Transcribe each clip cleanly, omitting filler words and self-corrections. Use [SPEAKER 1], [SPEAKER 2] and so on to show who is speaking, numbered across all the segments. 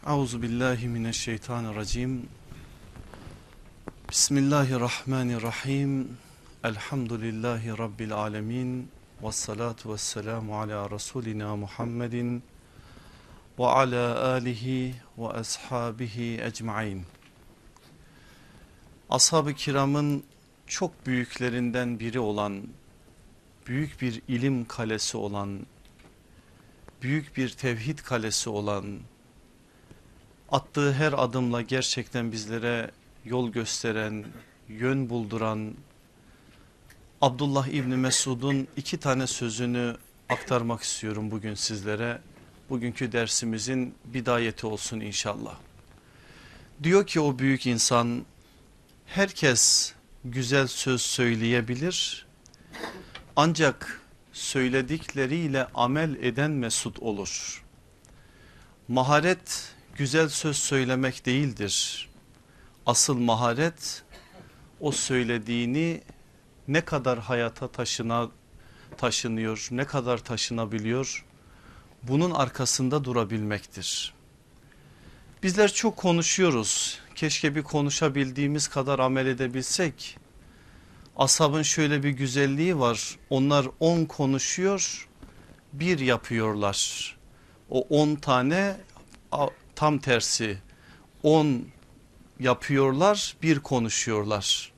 [SPEAKER 1] Euzu billahi mineşşeytanirracim. Bismillahirrahmanirrahim. Elhamdülillahi rabbil alamin. Ves salatu vesselamu ala rasulina Muhammedin ve ala alihi ve ashabihi ecmaîn. Ashab-ı kiramın çok büyüklerinden biri olan, büyük bir ilim kalesi olan, büyük bir tevhid kalesi olan, attığı her adımla gerçekten bizlere yol gösteren, yön bulduran Abdullah İbni Mesud'un iki tane sözünü aktarmak istiyorum bugün sizlere. Bugünkü dersimizin bidayeti olsun inşallah. Diyor ki o büyük insan, herkes güzel söz söyleyebilir ancak söyledikleriyle amel eden mesut olur. Maharet güzel söz söylemek değildir. Asıl maharet o söylediğini ne kadar hayata taşınıyor, ne kadar taşınabiliyor, bunun arkasında durabilmektir. Bizler çok konuşuyoruz. Keşke bir konuşabildiğimiz kadar amel edebilsek. Ashabın şöyle bir güzelliği var. Onlar 10 konuşuyor, bir yapıyorlar. O 10 tane tam tersi, 10 yapıyorlar, bir konuşuyorlar.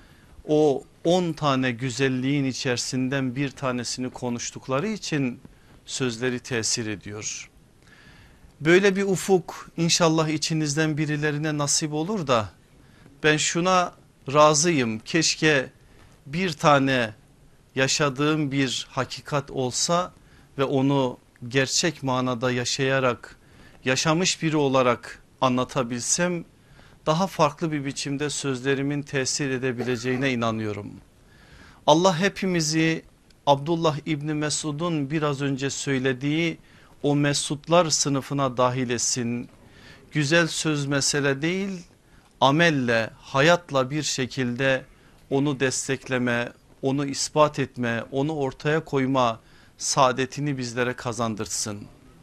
[SPEAKER 1] O 10 tane güzelliğin içerisinden bir tanesini konuştukları için sözleri tesir ediyor. Böyle bir ufuk inşallah içinizden birilerine nasip olur da ben şuna razıyım. Keşke bir tane yaşadığım bir hakikat olsa ve onu gerçek manada yaşayarak, yaşamış biri olarak anlatabilsem, daha farklı bir biçimde sözlerimin tesir edebileceğine inanıyorum. Allah hepimizi Abdullah İbni Mesud'un biraz önce söylediği o mesutlar sınıfına dahil etsin. Güzel söz mesele değil, amelle, hayatla bir şekilde onu destekleme, onu ispat etme, onu ortaya koyma saadetini bizlere kazandırsın.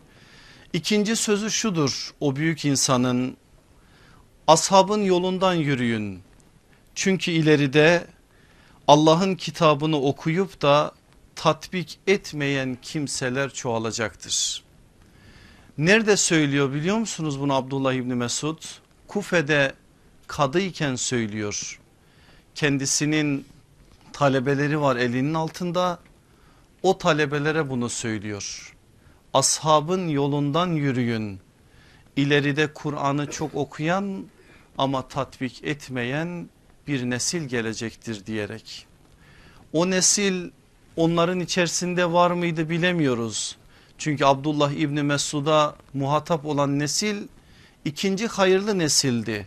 [SPEAKER 1] İkinci sözü şudur o büyük insanın: ashabın yolundan yürüyün. Çünkü ileride Allah'ın kitabını okuyup da tatbik etmeyen kimseler çoğalacaktır. Nerede söylüyor biliyor musunuz bunu Abdullah İbni Mesud? Kufe'de kadıyken söylüyor. Kendisinin talebeleri var elinin altında, o talebelere bunu söylüyor. Ashabın yolundan yürüyün. İleride Kur'an'ı çok okuyan ama tatbik etmeyen bir nesil gelecektir diyerek. O nesil onların içerisinde var mıydı bilemiyoruz. Çünkü Abdullah İbni Mesud'a muhatap olan nesil ikinci hayırlı nesildi.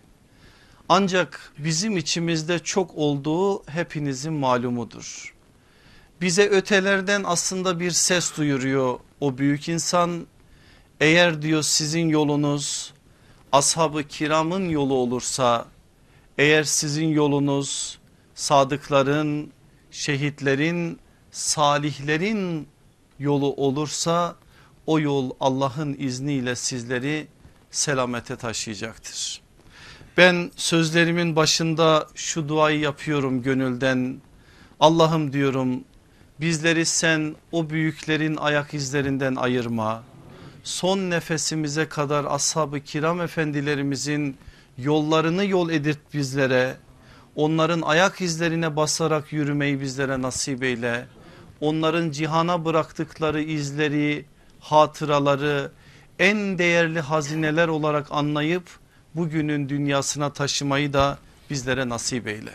[SPEAKER 1] Ancak bizim içimizde çok olduğu hepinizin malumudur. Bize ötelerden aslında bir ses duyuruyor o büyük insan. Eğer diyor sizin yolunuz ashab-ı kiramın yolu olursa, eğer sizin yolunuz sadıkların, şehitlerin, salihlerin yolu olursa, o yol Allah'ın izniyle sizleri selamete taşıyacaktır. Ben sözlerimin başında şu duayı yapıyorum gönülden. Allah'ım diyorum, bizleri sen o büyüklerin ayak izlerinden ayırma. Son nefesimize kadar ashab-ı kiram efendilerimizin yollarını yol edirt bizlere. Onların ayak izlerine basarak yürümeyi bizlere nasip eyle. Onların cihana bıraktıkları izleri, hatıraları en değerli hazineler olarak anlayıp bugünün dünyasına taşımayı da bizlere nasip eyle.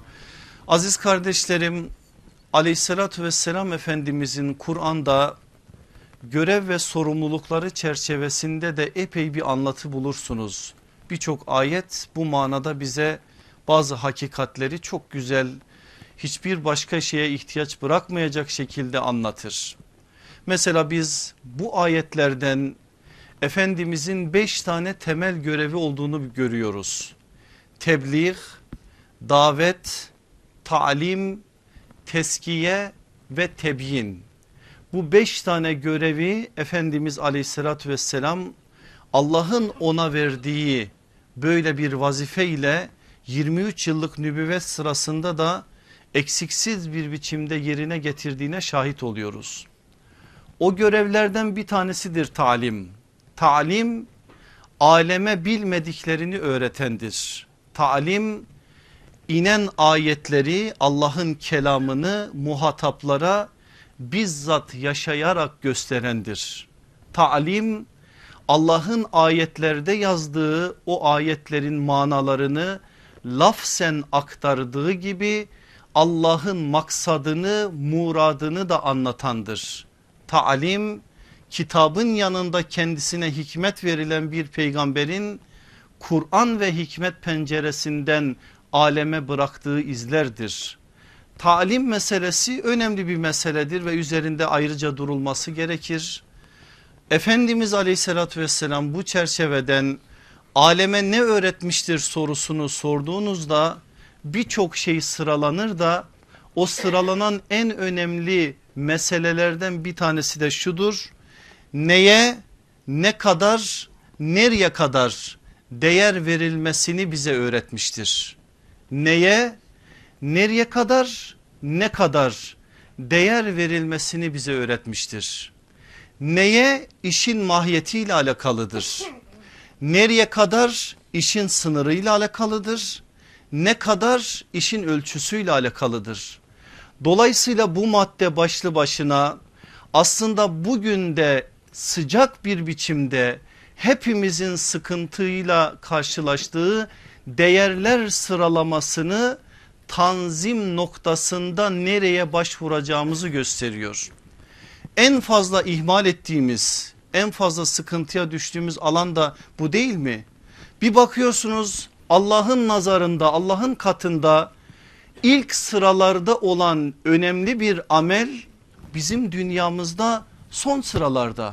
[SPEAKER 1] Aziz kardeşlerim, aleyhissalatü vesselam Efendimizin Kur'an'da görev ve sorumlulukları çerçevesinde de epey bir anlatı bulursunuz. Birçok ayet bu manada bize bazı hakikatleri çok güzel, hiçbir başka şeye ihtiyaç bırakmayacak şekilde anlatır. Mesela biz bu ayetlerden Efendimizin 5 tane temel görevi olduğunu görüyoruz. Tebliğ, davet, talim, teskiye ve tebyin. Bu 5 tane görevi Efendimiz aleyhissalatü vesselam Allah'ın ona verdiği böyle bir vazifeyle 23 yıllık nübüvvet sırasında da eksiksiz bir biçimde yerine getirdiğine şahit oluyoruz. O görevlerden bir tanesidir talim. Talim aleme bilmediklerini öğretendir. Talim inen ayetleri, Allah'ın kelamını muhataplara bizzat yaşayarak gösterendir. Talim Allah'ın ayetlerde yazdığı o ayetlerin manalarını lafzen aktardığı gibi Allah'ın maksadını, muradını da anlatandır. Talim kitabın yanında kendisine hikmet verilen bir peygamberin Kur'an ve hikmet penceresinden aleme bıraktığı izlerdir. Talim meselesi önemli bir meseledir ve üzerinde ayrıca durulması gerekir. Efendimiz aleyhissalatü vesselam bu çerçeveden aleme ne öğretmiştir sorusunu sorduğunuzda birçok şey sıralanır da o sıralanan en önemli meselelerden bir tanesi de şudur: neye, ne kadar, nereye kadar değer verilmesini bize öğretmiştir. Neye, nereye kadar, ne kadar değer verilmesini bize öğretmiştir. Neye, işin mahiyetiyle alakalıdır. Nereye kadar işin sınırıyla alakalıdır. Ne kadar işin ölçüsüyle alakalıdır. Dolayısıyla bu madde başlı başına aslında bugün de sıcak bir biçimde hepimizin sıkıntıyla karşılaştığı değerler sıralamasını tanzim noktasında nereye başvuracağımızı gösteriyor. En fazla ihmal ettiğimiz, en fazla sıkıntıya düştüğümüz alan da bu değil mi? Bir bakıyorsunuz Allah'ın nazarında, Allah'ın katında ilk sıralarda olan önemli bir amel bizim dünyamızda son sıralarda.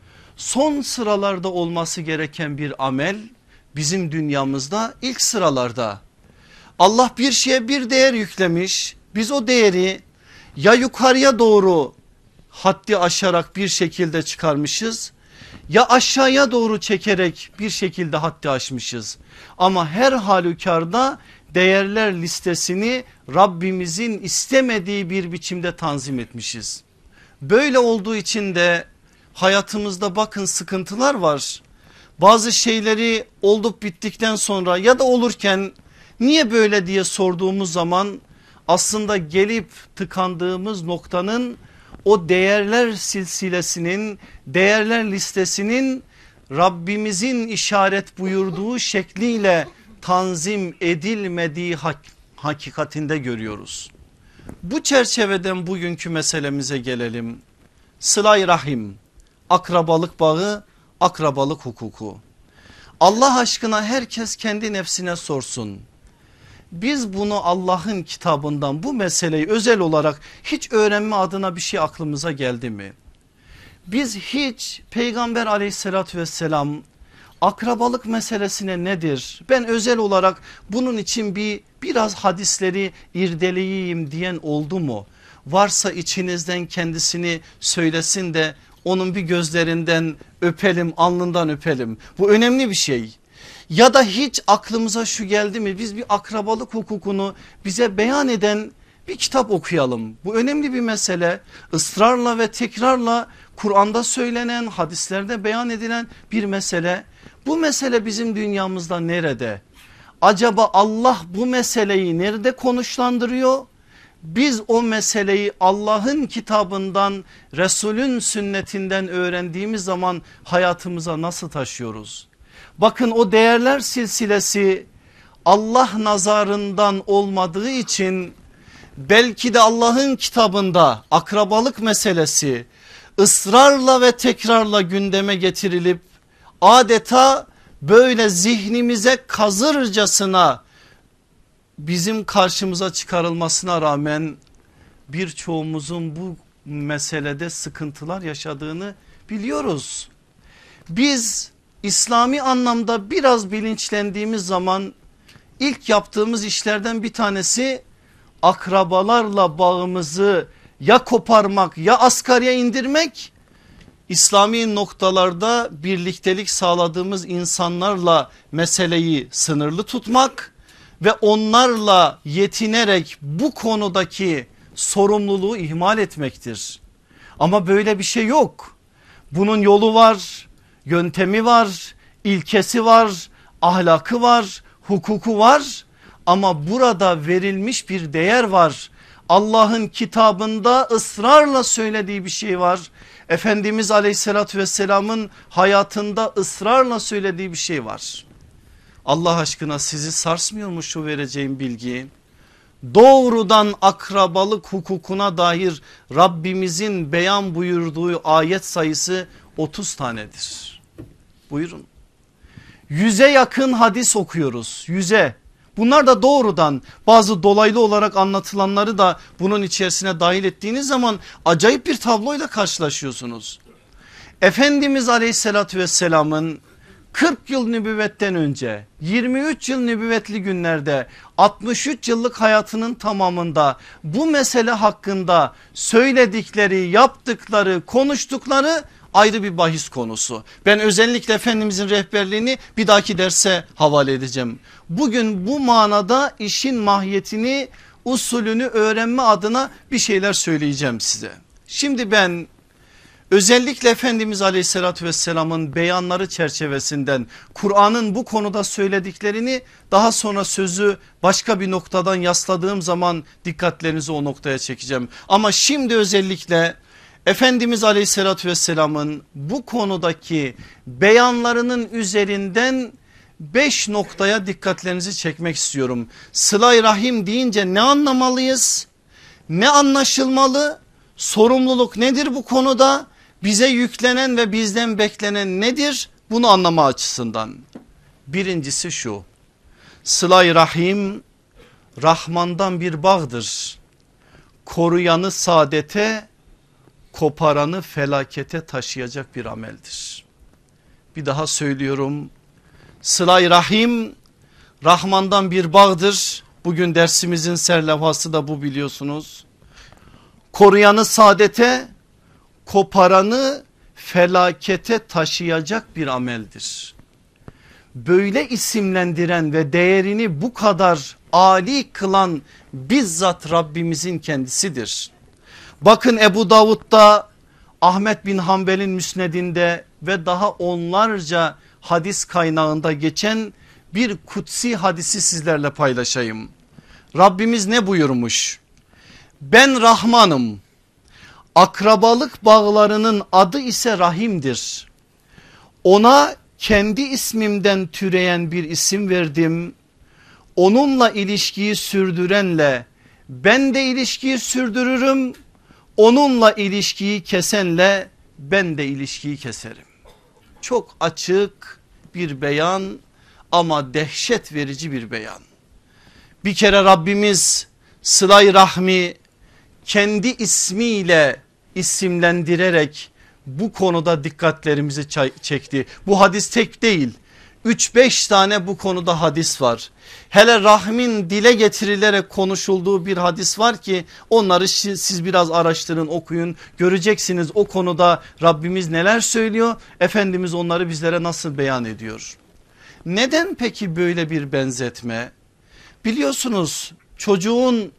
[SPEAKER 1] Son sıralarda olması gereken bir amel bizim dünyamızda ilk sıralarda. Allah bir şeye bir değer yüklemiş. Biz o değeri ya yukarıya doğru haddi aşarak bir şekilde çıkarmışız ya aşağıya doğru çekerek bir şekilde haddi aşmışız. Ama her halükarda değerler listesini Rabbimizin istemediği bir biçimde tanzim etmişiz. Böyle olduğu için de hayatımızda bakın sıkıntılar var. Bazı şeyleri olup bittikten sonra ya da olurken niye böyle diye sorduğumuz zaman aslında gelip tıkandığımız noktanın o değerler silsilesinin, değerler listesinin Rabbimizin işaret buyurduğu şekliyle tanzim edilmediği hakikatinde görüyoruz. Bu çerçeveden bugünkü meselemize gelelim. Sıla-i rahim, akrabalık bağı, akrabalık hukuku. Allah aşkına herkes kendi nefsine sorsun. Biz bunu Allah'ın kitabından bu meseleyi özel olarak hiç öğrenme adına bir şey aklımıza geldi mi? Biz hiç Peygamber aleyhissalatü vesselam akrabalık meselesine nedir? Ben özel olarak bunun için biraz hadisleri irdeleyeyim diyen oldu mu? Varsa içinizden kendisini söylesin de onun bir gözlerinden öpelim, alnından öpelim. Bu önemli bir şey. Ya da hiç aklımıza şu geldi mi, biz bir akrabalık hukukunu bize beyan eden bir kitap okuyalım. Bu önemli bir mesele. Israrla ve tekrarla Kur'an'da söylenen, hadislerde beyan edilen bir mesele. Bu mesele bizim dünyamızda nerede? Acaba Allah bu meseleyi nerede konuşlandırıyor? Biz o meseleyi Allah'ın kitabından, Resulün sünnetinden öğrendiğimiz zaman hayatımıza nasıl taşıyoruz? Bakın o değerler silsilesi Allah nazarından olmadığı için belki de Allah'ın kitabında akrabalık meselesi ısrarla ve tekrarla gündeme getirilip adeta böyle zihnimize kazırcasına bizim karşımıza çıkarılmasına rağmen birçoğumuzun bu meselede sıkıntılar yaşadığını biliyoruz. Biz İslami anlamda biraz bilinçlendiğimiz zaman ilk yaptığımız işlerden bir tanesi akrabalarla bağımızı ya koparmak ya asgariye indirmek İslami noktalarda birliktelik sağladığımız insanlarla meseleyi sınırlı tutmak ve onlarla yetinerek bu konudaki sorumluluğu ihmal etmektir. Ama böyle bir şey yok. Bunun yolu var, yöntemi var, ilkesi var, ahlakı var, hukuku var. Ama burada verilmiş bir değer var. Allah'ın kitabında ısrarla söylediği bir şey var. Efendimiz Aleyhisselatü Vesselam'ın hayatında ısrarla söylediği bir şey var. Allah aşkına sizi sarsmıyor mu şu vereceğim bilgi? Doğrudan akrabalık hukukuna dair Rabbimizin beyan buyurduğu ayet sayısı 30 tanedir. Buyurun. 100'e yakın hadis okuyoruz, 100'e. Bunlar da doğrudan, bazı dolaylı olarak anlatılanları da bunun içerisine dahil ettiğiniz zaman acayip bir tabloyla karşılaşıyorsunuz. Efendimiz Aleyhisselatü Vesselam'ın 40 yıl nübüvvetten önce 23 yıl nübüvvetli günlerde 63 yıllık hayatının tamamında bu mesele hakkında söyledikleri, yaptıkları, konuştukları ayrı bir bahis konusu. Ben özellikle Efendimizin rehberliğini bir dahaki derse havale edeceğim. Bugün bu manada işin mahiyetini, usulünü öğrenme adına bir şeyler söyleyeceğim size. Şimdi ben özellikle Efendimiz Aleyhisselatü Vesselam'ın beyanları çerçevesinden Kur'an'ın bu konuda söylediklerini, daha sonra sözü başka bir noktadan yasladığım zaman dikkatlerinizi o noktaya çekeceğim. Ama şimdi özellikle Efendimiz Aleyhisselatü Vesselam'ın bu konudaki beyanlarının üzerinden 5 noktaya dikkatlerinizi çekmek istiyorum. Sıla-i Rahim deyince ne anlamalıyız? Ne anlaşılmalı? Sorumluluk nedir bu konuda? Bize yüklenen ve bizden beklenen nedir? Bunu anlama açısından. Birincisi şu: Sıla-i Rahim Rahman'dan bir bağdır. Koruyanı saadete, koparanı felakete taşıyacak bir ameldir. Bir daha söylüyorum. Sıla-i Rahim Rahman'dan bir bağdır. Bugün dersimizin serlevhası da bu, biliyorsunuz. Koruyanı saadete, koparanı felakete taşıyacak bir ameldir. Böyle isimlendiren ve değerini bu kadar âli kılan bizzat Rabbimizin kendisidir. Bakın Ebu Davud'da, Ahmet bin Hanbel'in müsnedinde ve daha onlarca hadis kaynağında geçen bir kutsi hadisi sizlerle paylaşayım. Rabbimiz ne buyurmuş? Ben Rahmanım, akrabalık bağlarının adı ise Rahim'dir. Ona kendi ismimden türeyen bir isim verdim. Onunla ilişkiyi sürdürenle ben de ilişkiyi sürdürürüm. Onunla ilişkiyi kesenle ben de ilişkiyi keserim. Çok açık bir beyan ama dehşet verici bir beyan. Bir kere Rabbimiz Sıla-i Rahmi kendi ismiyle isimlendirerek bu konuda dikkatlerimizi çekti. Bu hadis tek değil, 3-5 tane bu konuda hadis var. Hele rahmin dile getirilerek konuşulduğu bir hadis var ki onları siz biraz araştırın, okuyun, göreceksiniz o konuda Rabbimiz neler söylüyor, Efendimiz onları bizlere nasıl beyan ediyor. Neden peki böyle bir benzetme? Biliyorsunuz çocuğun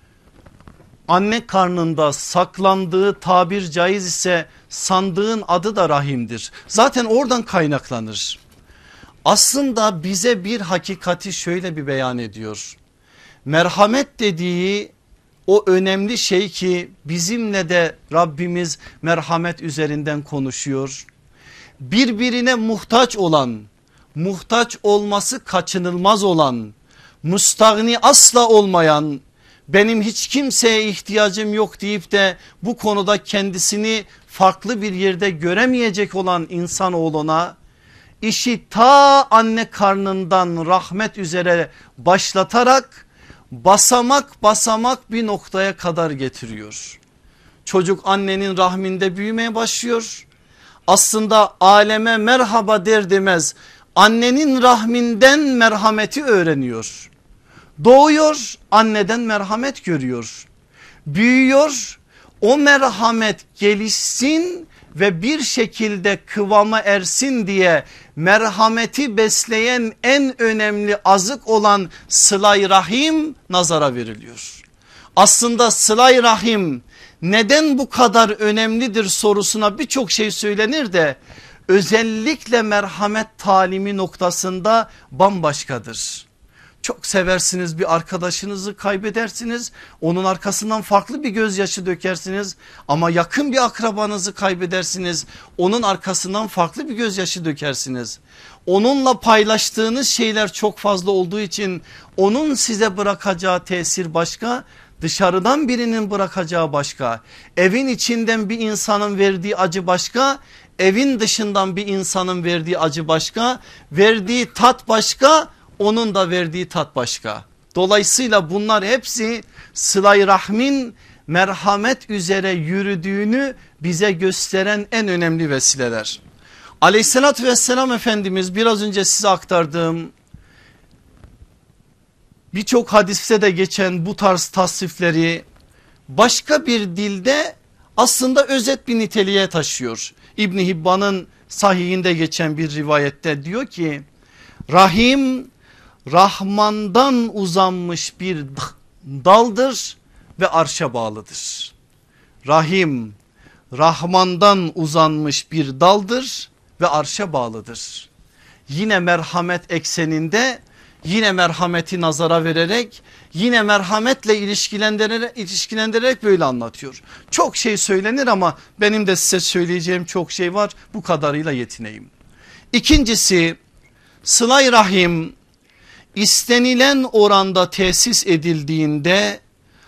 [SPEAKER 1] anne karnında saklandığı, tabir caiz ise sandığın adı da rahimdir. Zaten oradan kaynaklanır. Aslında bize bir hakikati şöyle bir beyan ediyor. Merhamet dediği o önemli şey ki bizimle de Rabbimiz merhamet üzerinden konuşuyor. Birbirine muhtaç olan, muhtaç olması kaçınılmaz olan, müstahni asla olmayan, benim hiç kimseye ihtiyacım yok deyip de bu konuda kendisini farklı bir yerde göremeyecek olan insanoğluna işi ta anne karnından rahmet üzere başlatarak basamak basamak bir noktaya kadar getiriyor. Çocuk annenin rahminde büyümeye başlıyor. Aslında aleme merhaba der demez annenin rahminden merhameti öğreniyor. Doğuyor, anneden merhamet görüyor. Büyüyor, o merhamet gelişsin ve bir şekilde kıvama ersin diye merhameti besleyen en önemli azık olan sıla-i rahim nazara veriliyor. Aslında sıla-i rahim neden bu kadar önemlidir sorusuna birçok şey söylenir de özellikle merhamet talimi noktasında bambaşkadır. Çok seversiniz, bir arkadaşınızı kaybedersiniz, onun arkasından farklı bir gözyaşı dökersiniz, ama yakın bir akrabanızı kaybedersiniz, onun arkasından farklı bir gözyaşı dökersiniz. Onunla paylaştığınız şeyler çok fazla olduğu için onun size bırakacağı tesir başka, dışarıdan birinin bırakacağı başka. Evin içinden bir insanın verdiği acı başka, evin dışından bir insanın verdiği acı başka, verdiği tat başka, onun da verdiği tat başka. Dolayısıyla bunlar hepsi sıla-i rahmin merhamet üzere yürüdüğünü bize gösteren en önemli vesileler. Aleyhissalatü vesselam Efendimiz biraz önce size aktardığım birçok hadiste de geçen bu tarz tasnifleri başka bir dilde aslında özet bir niteliğe taşıyor. İbn Hibban'ın sahihinde geçen bir rivayette diyor ki, Rahim Rahman'dan uzanmış bir daldır ve arşa bağlıdır. Rahim Rahman'dan uzanmış bir daldır ve arşa bağlıdır. Yine merhamet ekseninde, yine merhameti nazara vererek, yine merhametle ilişkilendirerek böyle anlatıyor. Çok şey söylenir ama benim de size söyleyeceğim çok şey var, bu kadarıyla yetineyim. İkincisi, sıla-i rahim istenilen oranda tesis edildiğinde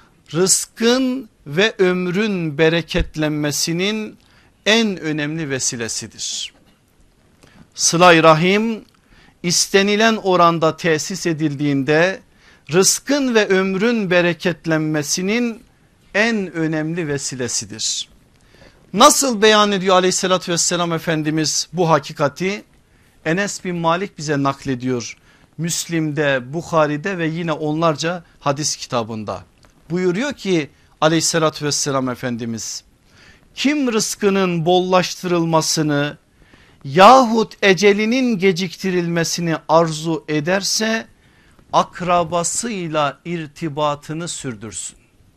[SPEAKER 1] rızkın ve ömrün bereketlenmesinin en önemli vesilesidir. Sıla-i rahim istenilen oranda tesis edildiğinde rızkın ve ömrün bereketlenmesinin en önemli vesilesidir. Nasıl beyan ediyor aleyhissalatü vesselam Efendimiz bu hakikati? Enes bin Malik bize naklediyor. Müslim'de, Bukhari'de ve yine onlarca hadis kitabında. Buyuruyor ki aleyhissalatü vesselam Efendimiz, kim rızkının bollaştırılmasını yahut ecelinin geciktirilmesini arzu ederse akrabasıyla irtibatını sürdürsün.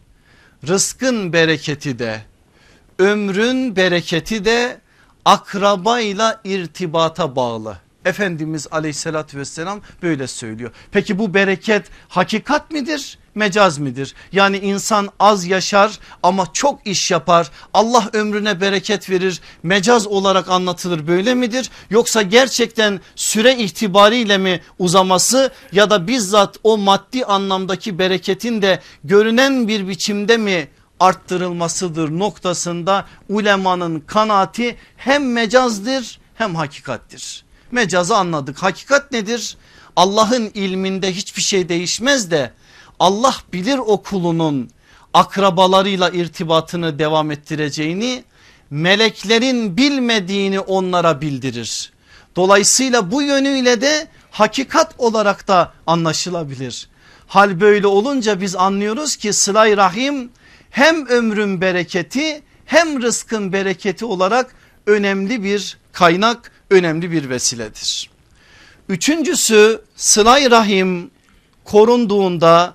[SPEAKER 1] Rızkın bereketi de, ömrün bereketi de akrabayla irtibata bağlı. Efendimiz aleyhissalatü vesselam böyle söylüyor. Peki bu bereket hakikat midir, mecaz midir? Yani insan az yaşar ama çok iş yapar, Allah ömrüne bereket verir, mecaz olarak anlatılır, böyle midir? Yoksa gerçekten süre itibariyle mi uzaması ya da bizzat o maddi anlamdaki bereketin de görünen bir biçimde mi arttırılmasıdır noktasında ulemanın kanaati hem mecazdır hem hakikattir. Mecazı anladık, hakikat nedir? Allah'ın ilminde hiçbir şey değişmez de Allah bilir o kulunun akrabalarıyla irtibatını devam ettireceğini, meleklerin bilmediğini onlara bildirir. Dolayısıyla bu yönüyle de hakikat olarak da anlaşılabilir. Hal böyle olunca biz anlıyoruz ki sıla-i rahim hem ömrün bereketi hem rızkın bereketi olarak önemli bir kaynak, önemli bir vesiledir. Üçüncüsü, sıla-i rahim korunduğunda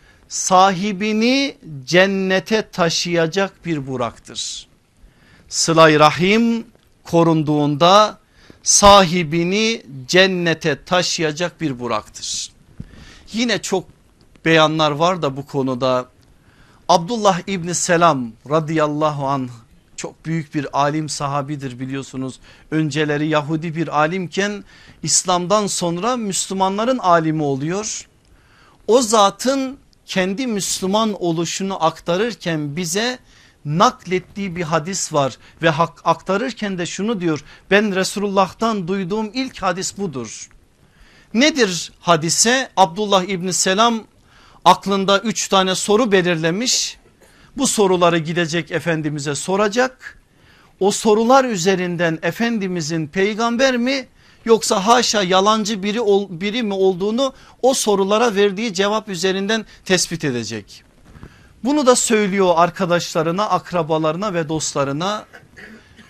[SPEAKER 1] sahibini cennete taşıyacak bir buraktır. Sıla-i rahim korunduğunda sahibini cennete taşıyacak bir buraktır. Yine çok beyanlar var da bu konuda. Abdullah İbni Selam radıyallahu anh çok büyük bir alim, sahabidir biliyorsunuz. Önceleri Yahudi bir alimken İslam'dan sonra Müslümanların alimi oluyor. O zatın kendi Müslüman oluşunu aktarırken bize naklettiği bir hadis var ve aktarırken de şunu diyor: ben Resulullah'tan duyduğum ilk hadis budur. Nedir hadise? Abdullah İbni Selam aklında 3 tane soru belirlemiş. Bu soruları gidecek Efendimiz'e soracak. O sorular üzerinden Efendimiz'in peygamber mi yoksa haşa yalancı biri mi olduğunu o sorulara verdiği cevap üzerinden tespit edecek. Bunu da söylüyor arkadaşlarına, akrabalarına ve dostlarına.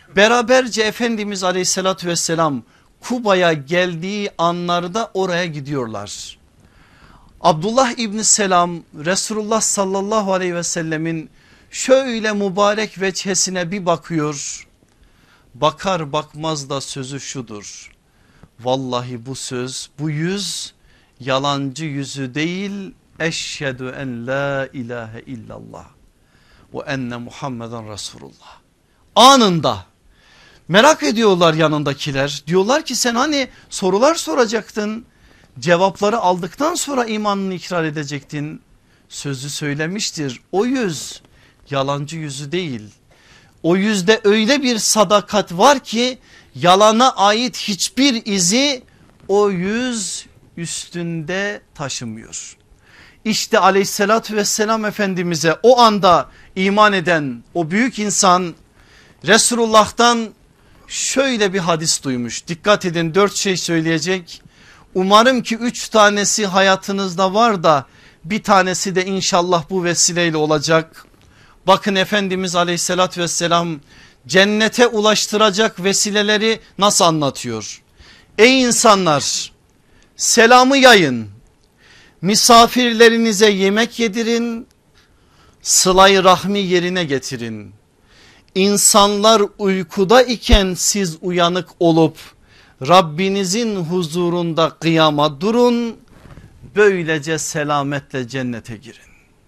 [SPEAKER 1] Beraberce Efendimiz aleyhissalatü vesselam Kuba'ya geldiği anlarda oraya gidiyorlar. Abdullah İbni Selam Resulullah sallallahu aleyhi ve sellemin şöyle mübarek veçhesine bir bakıyor. Bakar bakmaz da sözü şudur: vallahi bu söz, bu yüz yalancı yüzü değil, eşhedü en la ilahe illallah ve enne Muhammeden Resulullah. Anında merak ediyorlar yanındakiler, diyorlar ki sen hani sorular soracaktın, cevapları aldıktan sonra imanını ikrar edecektin. Sözü söylemiştir, o yüz yalancı yüzü değil, o yüzde öyle bir sadakat var ki yalana ait hiçbir izi o yüz üstünde taşımıyor. İşte aleyhissalatü vesselam Efendimiz'e o anda iman eden o büyük insan Resulullah'tan şöyle bir hadis duymuş. Dikkat edin, 4 şey söyleyecek. Umarım ki 3 tanesi hayatınızda var da bir tanesi de inşallah bu vesileyle olacak. Bakın Efendimiz aleyhissalatü vesselam cennete ulaştıracak vesileleri nasıl anlatıyor? Ey insanlar, selamı yayın, misafirlerinize yemek yedirin, sıla-i rahmi yerine getirin. İnsanlar uykuda iken siz uyanık olup Rabbinizin huzurunda kıyama durun, böylece selametle cennete girin.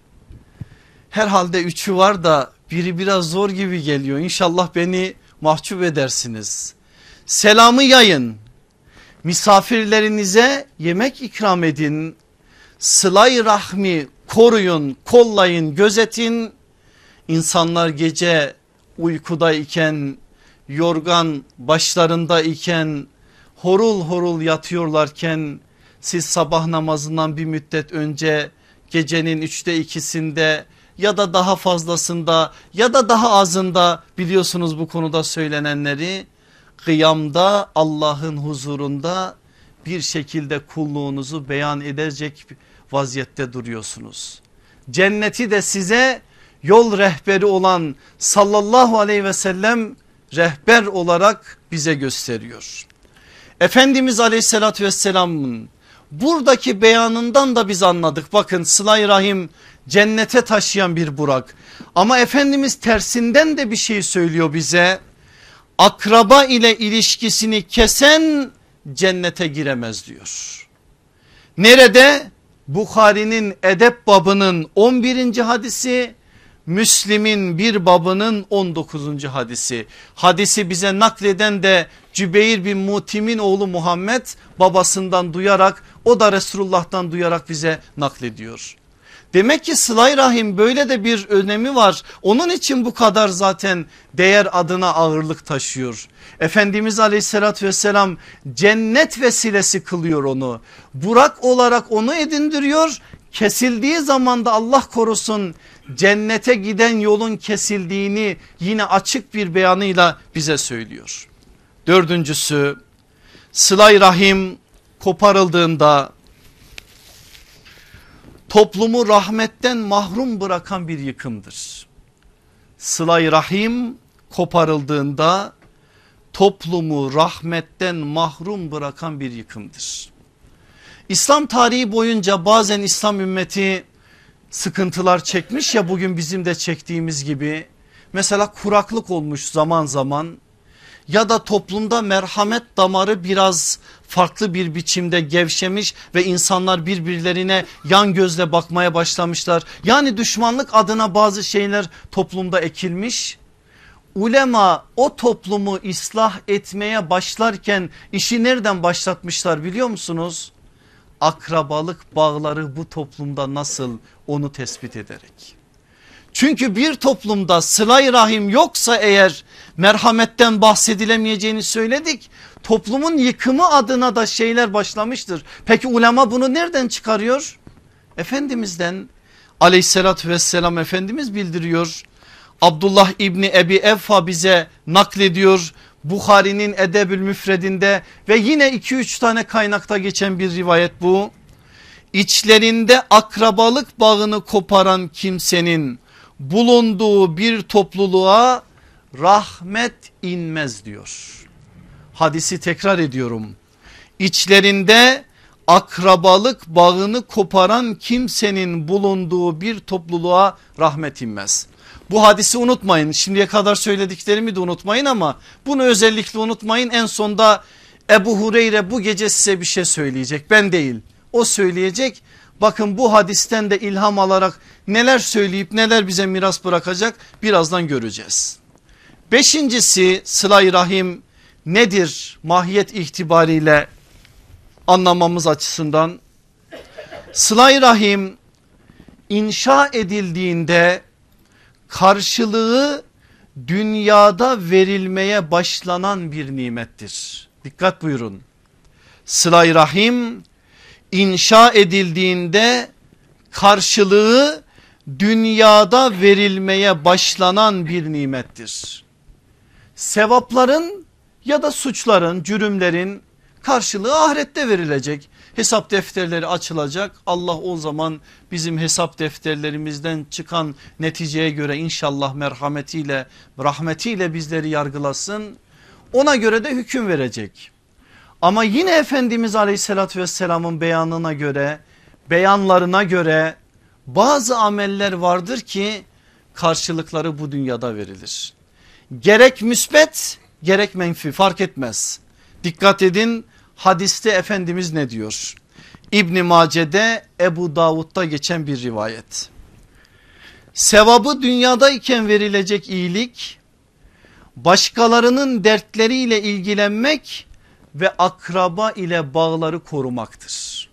[SPEAKER 1] Herhalde 3'ü var da biri biraz zor gibi geliyor. İnşallah beni mahcup edersiniz. Selamı yayın, misafirlerinize yemek ikram edin, sıla-i rahmi koruyun, kollayın, gözetin. İnsanlar gece uykudayken, yorgan başlarındayken, horul horul yatıyorlarken siz sabah namazından bir müddet önce, gecenin 3'te 2'sinde ya da daha fazlasında ya da daha azında, biliyorsunuz bu konuda söylenenleri, kıyamda Allah'ın huzurunda bir şekilde kulluğunuzu beyan edecek vaziyette duruyorsunuz. Cenneti de size yol rehberi olan sallallahu aleyhi ve sellem rehber olarak bize gösteriyor. Efendimiz aleyhissalatü vesselamın buradaki beyanından da biz anladık. Bakın, sıla-i rahim cennete taşıyan bir burak, ama Efendimiz tersinden de bir şey söylüyor bize. Akraba ile ilişkisini kesen cennete giremez diyor. Nerede? Bukhari'nin edep babının 11. hadisi, Müslim'in bir babının 19. hadisi. Hadisi bize nakleden de Cübeyr bin Mutim'in oğlu Muhammed, babasından duyarak, o da Resulullah'tan duyarak bize naklediyor. Demek ki sıla-i rahim böyle de bir önemi var. Onun için bu kadar zaten değer adına ağırlık taşıyor. Efendimiz aleyhissalatü vesselam cennet vesilesi kılıyor onu. Burak olarak onu edindiriyor. Kesildiği zaman da Allah korusun cennete giden yolun kesildiğini yine açık bir beyanıyla bize söylüyor. Dördüncüsü, sıla-i rahim koparıldığında toplumu rahmetten mahrum bırakan bir yıkımdır. Sıla-i rahim koparıldığında toplumu rahmetten mahrum bırakan bir yıkımdır. İslam tarihi boyunca bazen İslam ümmeti sıkıntılar çekmiş ya, bugün bizim de çektiğimiz gibi. Mesela kuraklık olmuş zaman zaman, ya da toplumda merhamet damarı biraz farklı bir biçimde gevşemiş ve insanlar birbirlerine yan gözle bakmaya başlamışlar. Yani düşmanlık adına bazı şeyler toplumda ekilmiş. Ulema o toplumu ıslah etmeye başlarken işi nereden başlatmışlar biliyor musunuz? Akrabalık bağları bu toplumda nasıl, onu tespit ederek. Çünkü bir toplumda sıla-i rahim yoksa eğer merhametten bahsedilemeyeceğini söyledik. Toplumun yıkımı adına da şeyler başlamıştır. Peki ulema bunu nereden çıkarıyor? Efendimiz'den. Aleyhissalatü vesselam Efendimiz bildiriyor. Abdullah İbni Ebi Evfa bize naklediyor. Bukhari'nin Edebül Müfredinde ve yine 2-3 tane kaynakta geçen bir rivayet bu. İçlerinde akrabalık bağını koparan kimsenin bulunduğu bir topluluğa rahmet inmez diyor. Hadisi tekrar ediyorum. İçlerinde akrabalık bağını koparan kimsenin bulunduğu bir topluluğa rahmet inmez. Bu hadisi unutmayın. Şimdiye kadar söylediklerimi de unutmayın ama bunu özellikle unutmayın. En sonda Ebu Hureyre bu gece size bir şey söyleyecek. Ben değil, o söyleyecek. Bakın bu hadisten de ilham alarak neler söyleyip neler bize miras bırakacak birazdan göreceğiz. Beşincisi, sıla-i rahim nedir mahiyet itibariyle anlamamız açısından? Sıla-i rahim inşa edildiğinde karşılığı dünyada verilmeye başlanan bir nimettir. Dikkat buyurun. Sıla-i rahim inşa edildiğinde karşılığı dünyada verilmeye başlanan bir nimettir. Sevapların ya da suçların, cürümlerin karşılığı ahirette verilecek. Hesap defterleri açılacak. Allah o zaman bizim hesap defterlerimizden çıkan neticeye göre inşallah merhametiyle, rahmetiyle bizleri yargılasın. Ona göre de hüküm verecek. Ama yine Efendimiz Aleyhisselatü Vesselam'ın beyanlarına göre bazı ameller vardır ki karşılıkları bu dünyada verilir. Gerek müsbet gerek menfi fark etmez. Dikkat edin hadiste Efendimiz ne diyor? İbn Mace'de, Ebu Davud'da geçen bir rivayet. Sevabı dünyadayken verilecek iyilik, başkalarının dertleriyle ilgilenmek ve akraba ile bağları korumaktır.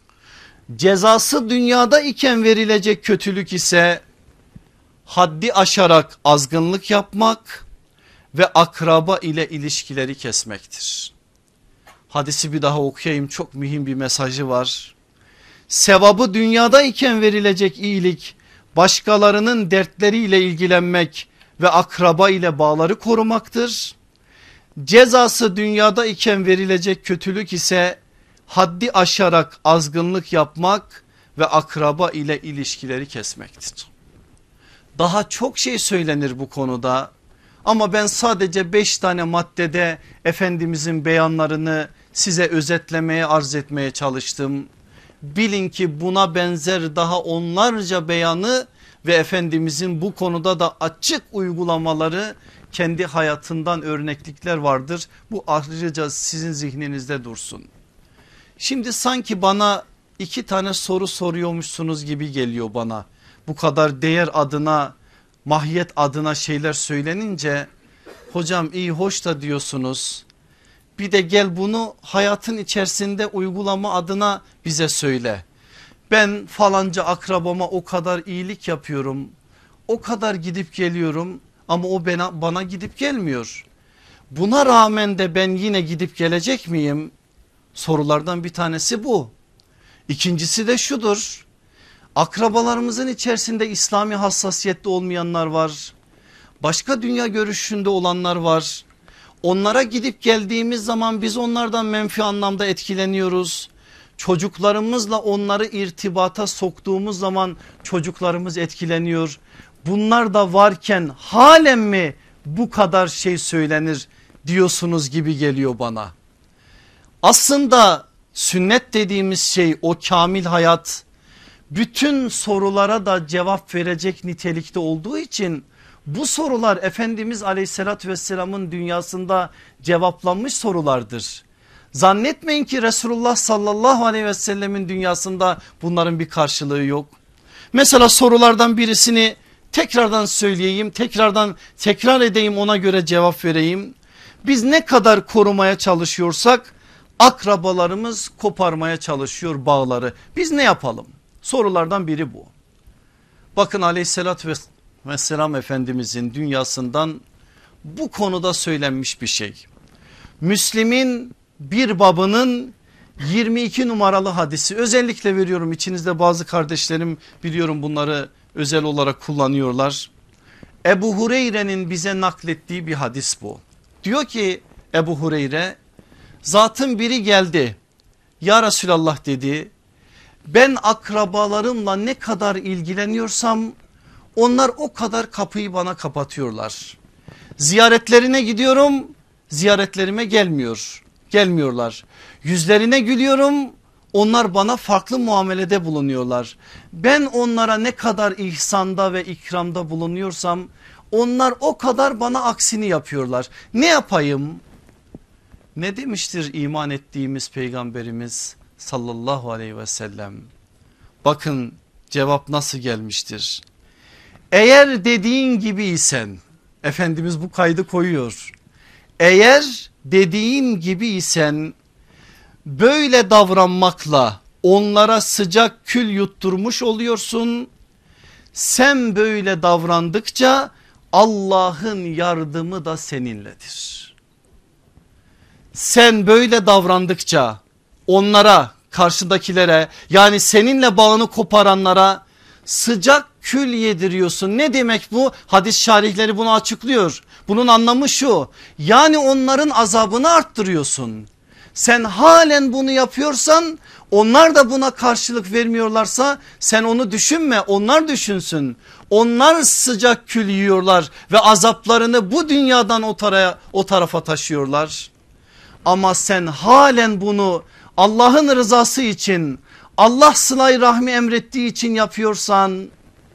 [SPEAKER 1] Cezası dünyada iken verilecek kötülük ise haddi aşarak azgınlık yapmak ve akraba ile ilişkileri kesmektir. Hadisi bir daha okuyayım, çok mühim bir mesajı var. Sevabı dünyada iken verilecek iyilik, başkalarının dertleriyle ilgilenmek ve akraba ile bağları korumaktır. Cezası dünyada iken verilecek kötülük ise haddi aşarak azgınlık yapmak ve akraba ile ilişkileri kesmektir. Daha çok şey söylenir bu konuda ama ben sadece 5 tane maddede Efendimizin beyanlarını size özetlemeye, arz etmeye çalıştım. Bilin ki buna benzer daha onlarca beyanı ve Efendimizin bu konuda da açık uygulamaları, kendi hayatından örneklikler vardır. Bu ayrıca sizin zihninizde dursun. Şimdi sanki bana 2 tane soru soruyormuşsunuz gibi geliyor bana. Bu kadar değer adına, mahiyet adına şeyler söylenince, hocam iyi hoş da diyorsunuz. Bir de gel bunu hayatın içerisinde uygulama adına bize söyle. Ben falanca akrabama o kadar iyilik yapıyorum, o kadar gidip geliyorum ama o bana gidip gelmiyor. Buna rağmen de ben yine gidip gelecek miyim? Sorulardan bir tanesi bu. İkincisi de şudur. Akrabalarımızın içerisinde İslami hassasiyette olmayanlar var. Başka dünya görüşünde olanlar var. Onlara gidip geldiğimiz zaman biz onlardan menfi anlamda etkileniyoruz. Çocuklarımızla onları irtibata soktuğumuz zaman çocuklarımız etkileniyor. Bunlar da varken halen mi bu kadar şey söylenir diyorsunuz gibi geliyor bana. Aslında sünnet dediğimiz şey, o kamil hayat, bütün sorulara da cevap verecek nitelikte olduğu için bu sorular Efendimiz Aleyhisselatü Vesselam'ın dünyasında cevaplanmış sorulardır. Zannetmeyin ki Resulullah sallallahu aleyhi ve sellemin dünyasında bunların bir karşılığı yok. Mesela sorulardan birisini tekrardan söyleyeyim, tekrar edeyim, ona göre cevap vereyim. Biz ne kadar korumaya çalışıyorsak akrabalarımız koparmaya çalışıyor bağları. Biz ne yapalım? Sorulardan biri bu. Bakın Aleyhisselatü Vesselam Efendimizin dünyasından bu konuda söylenmiş bir şey. Müslim'in bir babının 22 numaralı hadisi, özellikle veriyorum, içinizde bazı kardeşlerim biliyorum bunları özel olarak kullanıyorlar. Ebu Hureyre'nin bize naklettiği bir hadis bu. Diyor ki Ebu Hureyre, zatın biri geldi, ya Resulallah dedi, ben akrabalarımla ne kadar ilgileniyorsam onlar o kadar kapıyı bana kapatıyorlar. Ziyaretlerine gidiyorum, ziyaretlerime gelmiyorlar. Yüzlerine gülüyorum, onlar bana farklı muamelede bulunuyorlar. Ben onlara ne kadar ihsanda ve ikramda bulunuyorsam onlar o kadar bana aksini yapıyorlar. Ne yapayım? Ne demiştir iman ettiğimiz peygamberimiz sallallahu aleyhi ve sellem? Bakın cevap nasıl gelmiştir. Eğer dediğin gibi isen, Efendimiz bu kaydı koyuyor. Eğer dediğin gibi isen böyle davranmakla onlara sıcak kül yutturmuş oluyorsun. Sen böyle davrandıkça Allah'ın yardımı da seninledir. Sen böyle davrandıkça onlara, karşıdakilere, yani seninle bağını koparanlara sıcak kül yediriyorsun. Ne demek bu? Hadis şarihleri bunu açıklıyor. Bunun anlamı şu: yani onların azabını arttırıyorsun. Sen halen bunu yapıyorsan, onlar da buna karşılık vermiyorlarsa sen onu düşünme, onlar düşünsün. Onlar sıcak kül yiyorlar ve azaplarını bu dünyadan o tarafa taşıyorlar. Ama sen halen bunu Allah'ın rızası için, Allah sıla-i rahmi emrettiği için yapıyorsan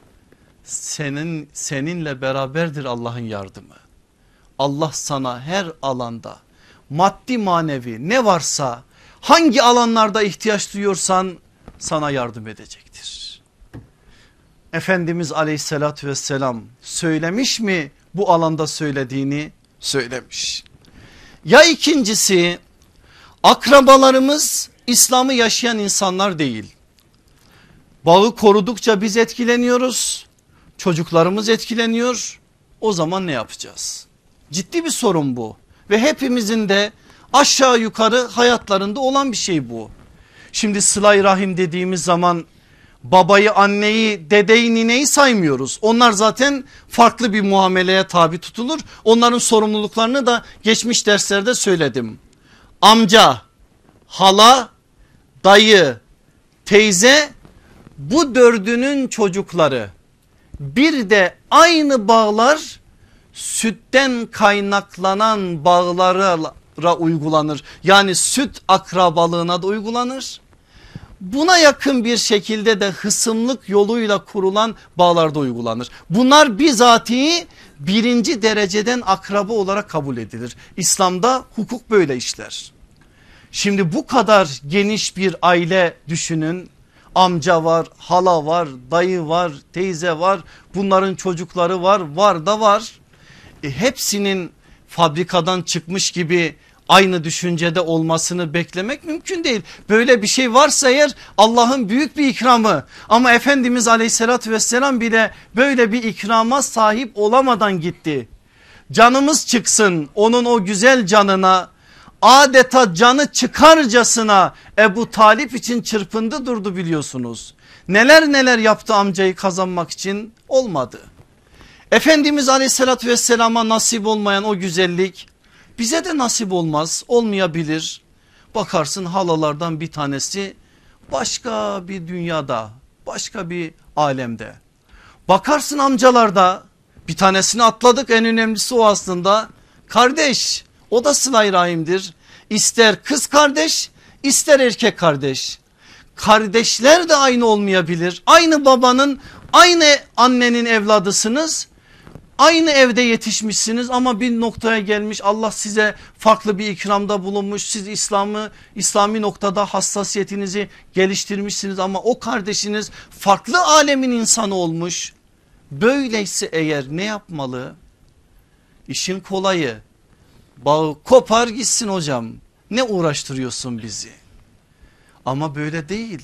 [SPEAKER 1] seninle beraberdir Allah'ın yardımı. Allah sana her alanda, maddi manevi ne varsa, hangi alanlarda ihtiyaç duyuyorsan sana yardım edecektir. Efendimiz aleyhissalatü vesselam söylemiş mi bu alanda söylediğini? Söylemiş. Ya ikincisi, akrabalarımız İslam'ı yaşayan insanlar değil. Bağı korudukça biz etkileniyoruz, çocuklarımız etkileniyor. O zaman ne yapacağız? Ciddi bir sorun bu ve hepimizin de aşağı yukarı hayatlarında olan bir şey bu. Şimdi sıla-i rahim dediğimiz zaman babayı, anneyi, dedeyi, nineyi saymıyoruz. Onlar zaten farklı bir muameleye tabi tutulur. Onların sorumluluklarını da geçmiş derslerde söyledim. Amca, hala, dayı, teyze, bu dördünün çocukları, bir de aynı bağlar sütten kaynaklanan bağlara uygulanır. Yani süt akrabalığına da uygulanır. Buna yakın bir şekilde de hısımlık yoluyla kurulan bağlarda uygulanır. Bunlar bizatihi birinci dereceden akraba olarak kabul edilir. İslam'da hukuk böyle işler. Şimdi bu kadar geniş bir aile düşünün. Amca var, hala var, dayı var, teyze var, bunların çocukları var, var da var. Hepsinin fabrikadan çıkmış gibi aynı düşüncede olmasını beklemek mümkün değil. Böyle bir şey varsa eğer Allah'ın büyük bir ikramı, ama Efendimiz aleyhissalatü vesselam bile böyle bir ikrama sahip olamadan gitti. Canımız çıksın onun o güzel canına, adeta canı çıkarcasına Ebu Talip için çırpındı durdu biliyorsunuz. Neler neler yaptı amcayı kazanmak için, olmadı. Efendimiz aleyhissalatü vesselama nasip olmayan o güzellik bize de nasip olmaz, olmayabilir. Bakarsın halalardan bir tanesi başka bir dünyada, başka bir alemde. Bakarsın amcalarda bir tanesini atladık, en önemlisi o aslında. Kardeş, o da sıla-i rahimdir. İster kız kardeş, ister erkek kardeş. Kardeşler de aynı olmayabilir. Aynı babanın, aynı annenin evladısınız. Aynı evde yetişmişsiniz ama bir noktaya gelmiş, Allah size farklı bir ikramda bulunmuş. Siz İslami noktada hassasiyetinizi geliştirmişsiniz ama o kardeşiniz farklı alemin insanı olmuş. Böyleyse eğer ne yapmalı? İşin kolayı, bağı kopar gitsin hocam, ne uğraştırıyorsun bizi? Ama böyle değil.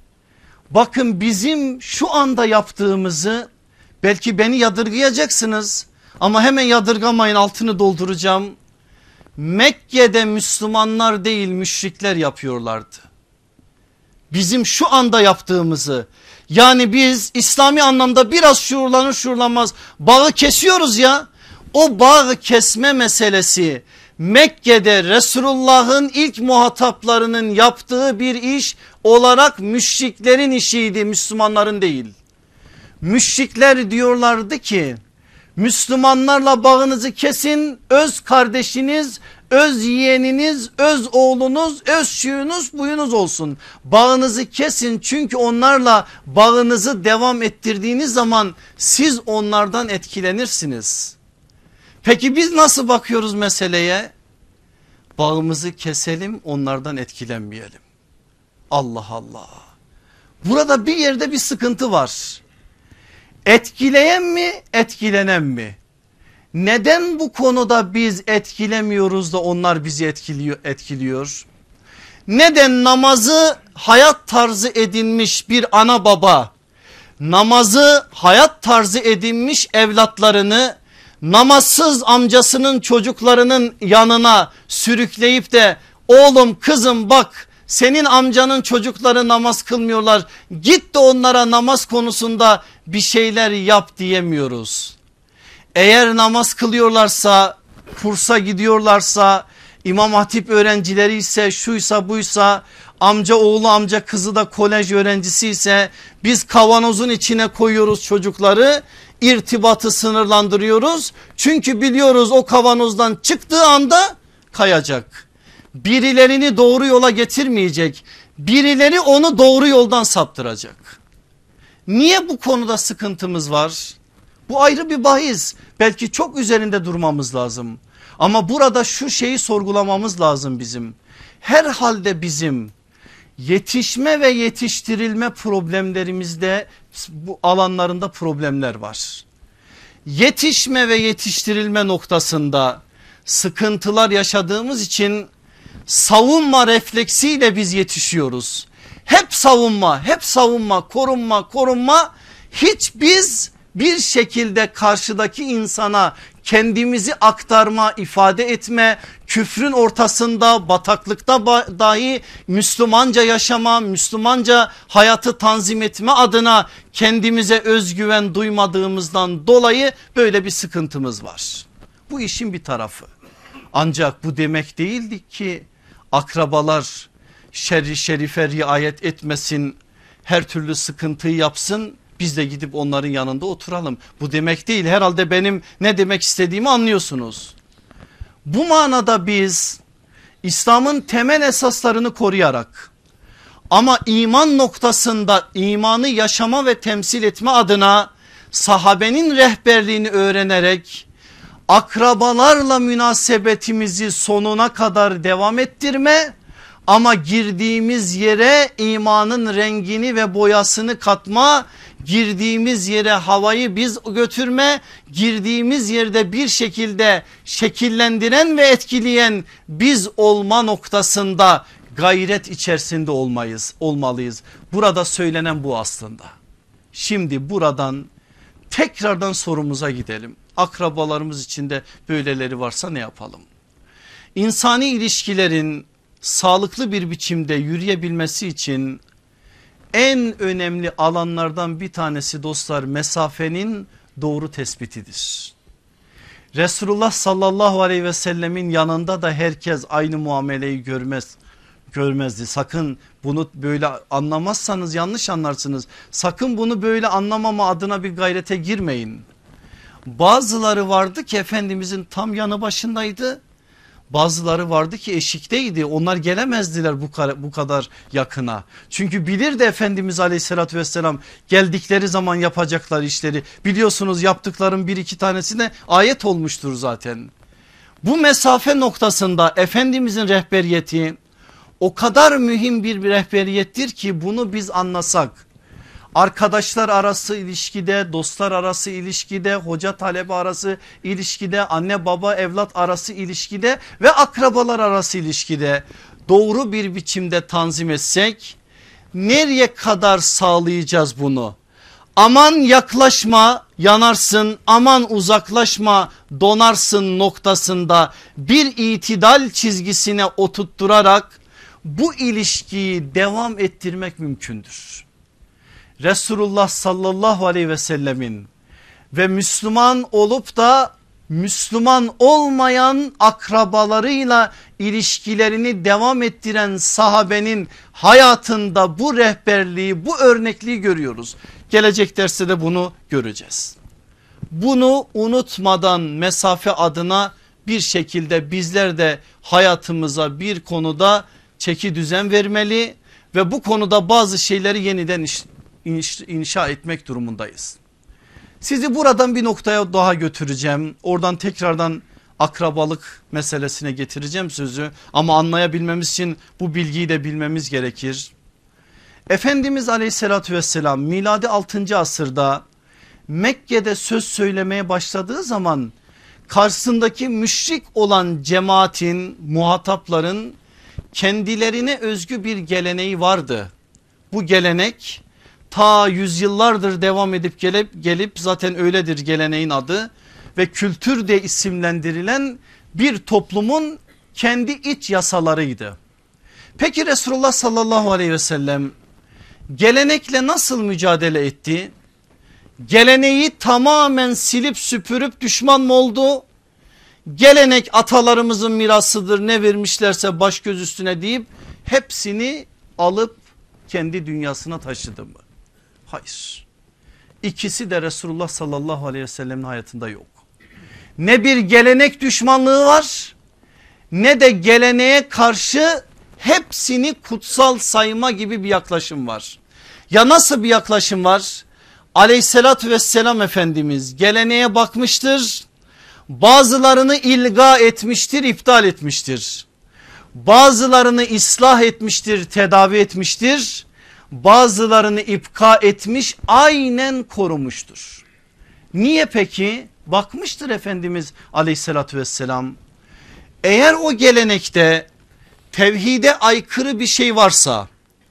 [SPEAKER 1] Bakın bizim şu anda yaptığımızı, belki beni yadırgayacaksınız ama hemen yadırgamayın, altını dolduracağım. Mekke'de Müslümanlar değil müşrikler yapıyorlardı. Bizim şu anda yaptığımızı, yani biz İslami anlamda biraz şuurlanır şuurlanmaz bağı kesiyoruz ya, o bağı kesme meselesi Mekke'de Resulullah'ın ilk muhataplarının yaptığı bir iş olarak müşriklerin işiydi, Müslümanların değil. Müşrikler diyorlardı ki Müslümanlarla bağınızı kesin, öz kardeşiniz, öz yeğeniniz, öz oğlunuz, öz şuyunuz buyunuz olsun. Bağınızı kesin, çünkü onlarla bağınızı devam ettirdiğiniz zaman siz onlardan etkilenirsiniz. Peki biz nasıl bakıyoruz meseleye? Bağımızı keselim, onlardan etkilenmeyelim. Allah Allah. Burada bir yerde bir sıkıntı var. Etkileyen mi, etkilenen mi? Neden bu konuda biz etkilemiyoruz da onlar bizi etkiliyor? Neden namazı hayat tarzı edinmiş bir ana baba, namazı hayat tarzı edinmiş evlatlarını namazsız amcasının çocuklarının yanına sürükleyip de oğlum kızım bak senin amcanın çocukları namaz kılmıyorlar, git de onlara namaz konusunda bir şeyler yap diyemiyoruz. Eğer namaz kılıyorlarsa, kursa gidiyorlarsa, İmam Hatip öğrencileri ise, şuysa buysa, amca oğlu amca kızı da kolej öğrencisi ise biz kavanozun içine koyuyoruz çocukları, irtibatı sınırlandırıyoruz. Çünkü biliyoruz o kavanozdan çıktığı anda kayacak. Birilerini doğru yola getirmeyecek, birileri onu doğru yoldan saptıracak. Niye bu konuda sıkıntımız var? Bu ayrı bir bahis, belki çok üzerinde durmamız lazım. Ama burada şu şeyi sorgulamamız lazım bizim. Herhalde bizim yetişme ve yetiştirilme problemlerimizde bu alanlarında problemler var. Yetişme ve yetiştirilme noktasında sıkıntılar yaşadığımız için savunma refleksiyle biz yetişiyoruz. Hep savunma, hep savunma, korunma. Hiç biz bir şekilde karşıdaki insana kendimizi aktarma, ifade etme, küfrün ortasında, bataklıkta dahi Müslümanca yaşama, Müslümanca hayatı tanzim etme adına kendimize özgüven duymadığımızdan dolayı böyle bir sıkıntımız var. Bu işin bir tarafı. Ancak bu demek değildi ki akrabalar şerri şerife riayet etmesin, her türlü sıkıntıyı yapsın, biz de gidip onların yanında oturalım. Bu demek değil, herhalde benim ne demek istediğimi anlıyorsunuz. Bu manada biz İslam'ın temel esaslarını koruyarak ama iman noktasında imanı yaşama ve temsil etme adına sahabenin rehberliğini öğrenerek akrabalarla münasebetimizi sonuna kadar devam ettirme, ama girdiğimiz yere imanın rengini ve boyasını katma, girdiğimiz yere havayı biz götürme, girdiğimiz yerde bir şekilde şekillendiren ve etkileyen biz olma noktasında gayret içerisinde olmalıyız. Burada söylenen bu aslında. Şimdi buradan tekrardan sorumuza gidelim. Akrabalarımız içinde böyleleri varsa ne yapalım? İnsani ilişkilerin sağlıklı bir biçimde yürüyebilmesi için en önemli alanlardan bir tanesi dostlar mesafenin doğru tespitidir. Resulullah sallallahu aleyhi ve sellemin yanında da herkes aynı muameleyi görmezdi. Sakın bunu böyle anlamazsanız yanlış anlarsınız. Sakın bunu böyle anlamama adına bir gayrete girmeyin. Bazıları vardı ki Efendimizin tam yanı başındaydı. Bazıları vardı ki eşikteydi, onlar gelemezdiler bu kadar yakına. Çünkü bilirdi Efendimiz aleyhissalatü vesselam geldikleri zaman yapacakları işleri. Biliyorsunuz yaptıkların bir iki tanesi de ayet olmuştur zaten. Bu mesafe noktasında Efendimizin rehberiyeti o kadar mühim bir rehberiyettir ki bunu biz anlasak. Arkadaşlar arası ilişkide, dostlar arası ilişkide, hoca talebe arası ilişkide, anne baba evlat arası ilişkide ve akrabalar arası ilişkide doğru bir biçimde tanzim etsek nereye kadar sağlayacağız bunu? Aman yaklaşma yanarsın, aman uzaklaşma donarsın noktasında bir itidal çizgisine oturtturarak bu ilişkiyi devam ettirmek mümkündür. Resulullah sallallahu aleyhi ve sellemin ve Müslüman olup da Müslüman olmayan akrabalarıyla ilişkilerini devam ettiren sahabenin hayatında bu rehberliği, bu örnekliği görüyoruz. Gelecek derste de bunu göreceğiz. Bunu unutmadan mesafe adına bir şekilde bizler de hayatımıza bir konuda çeki düzen vermeli ve bu konuda bazı şeyleri yeniden inşa etmek durumundayız. Sizi buradan bir noktaya daha götüreceğim. Oradan tekrardan akrabalık meselesine getireceğim sözü, ama anlayabilmemiz için bu bilgiyi de bilmemiz gerekir. Efendimiz aleyhissalatü vesselam miladi 6. asırda Mekke'de söz söylemeye başladığı zaman karşısındaki müşrik olan cemaatin, muhatapların kendilerine özgü bir geleneği vardı. Bu gelenek ta yüzyıllardır devam edip gelip zaten öyledir geleneğin adı ve kültür diye isimlendirilen bir toplumun kendi iç yasalarıydı. Peki Resulullah sallallahu aleyhi ve sellem gelenekle nasıl mücadele etti? Geleneği tamamen silip süpürüp düşman mı oldu? Gelenek atalarımızın mirasıdır, ne vermişlerse baş göz üstüne deyip hepsini alıp kendi dünyasına taşıdı mı? Hayır. İkisi de Resulullah sallallahu aleyhi ve sellemin hayatında yok. Ne bir gelenek düşmanlığı var, ne de geleneğe karşı hepsini kutsal sayma gibi bir yaklaşım var. Ya nasıl bir yaklaşım var? Aleyhissalatü vesselam Efendimiz geleneğe bakmıştır. Bazılarını ilga etmiştir, iptal etmiştir. Bazılarını ıslah etmiştir, tedavi etmiştir. Bazılarını ipka etmiş, aynen korumuştur. Niye peki? Bakmıştır Efendimiz aleyhissalatü vesselam. Eğer o gelenekte tevhide aykırı bir şey varsa,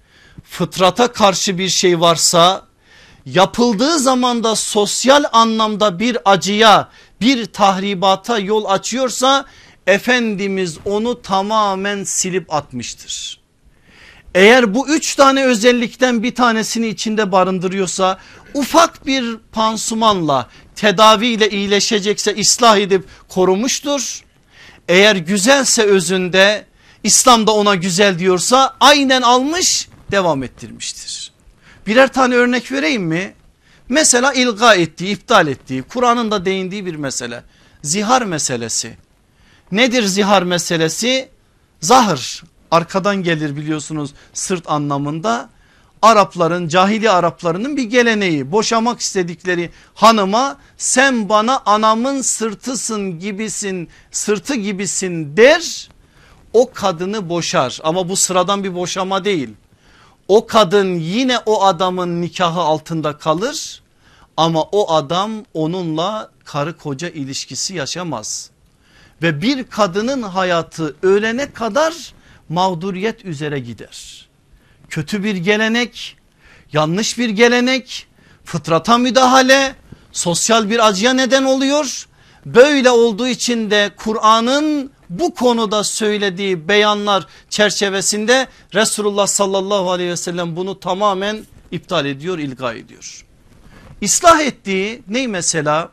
[SPEAKER 1] fıtrata karşı bir şey varsa, yapıldığı zaman da sosyal anlamda bir acıya, bir tahribata yol açıyorsa Efendimiz onu tamamen silip atmıştır. Eğer bu 3 tane özellikten bir tanesini içinde barındırıyorsa, ufak bir pansumanla, tedaviyle iyileşecekse ıslah edip korumuştur. Eğer güzelse özünde, İslam'da ona güzel diyorsa aynen almış, devam ettirmiştir. Birer tane örnek vereyim mi? Mesela ilga ettiği, iptal ettiği, Kur'an'ın da değindiği bir mesele. Zihar meselesi. Nedir zihar meselesi? Zahır, arkadan gelir biliyorsunuz, sırt anlamında. Arapların, cahili Araplarının bir geleneği, boşamak istedikleri hanıma sen bana anamın sırtısın gibisin, sırtı gibisin der, o kadını boşar. Ama bu sıradan bir boşama değil. O kadın yine o adamın nikahı altında kalır ama o adam onunla karı koca ilişkisi yaşamaz. Ve bir kadının hayatı ölene kadar mağduriyet üzere gider. Kötü bir gelenek, yanlış bir gelenek, fıtrata müdahale, sosyal bir acıya neden oluyor. Böyle olduğu için de Kur'an'ın bu konuda söylediği beyanlar çerçevesinde Resulullah sallallahu aleyhi ve sellem bunu tamamen iptal ediyor, ilga ediyor. İslah ettiği ne mesela?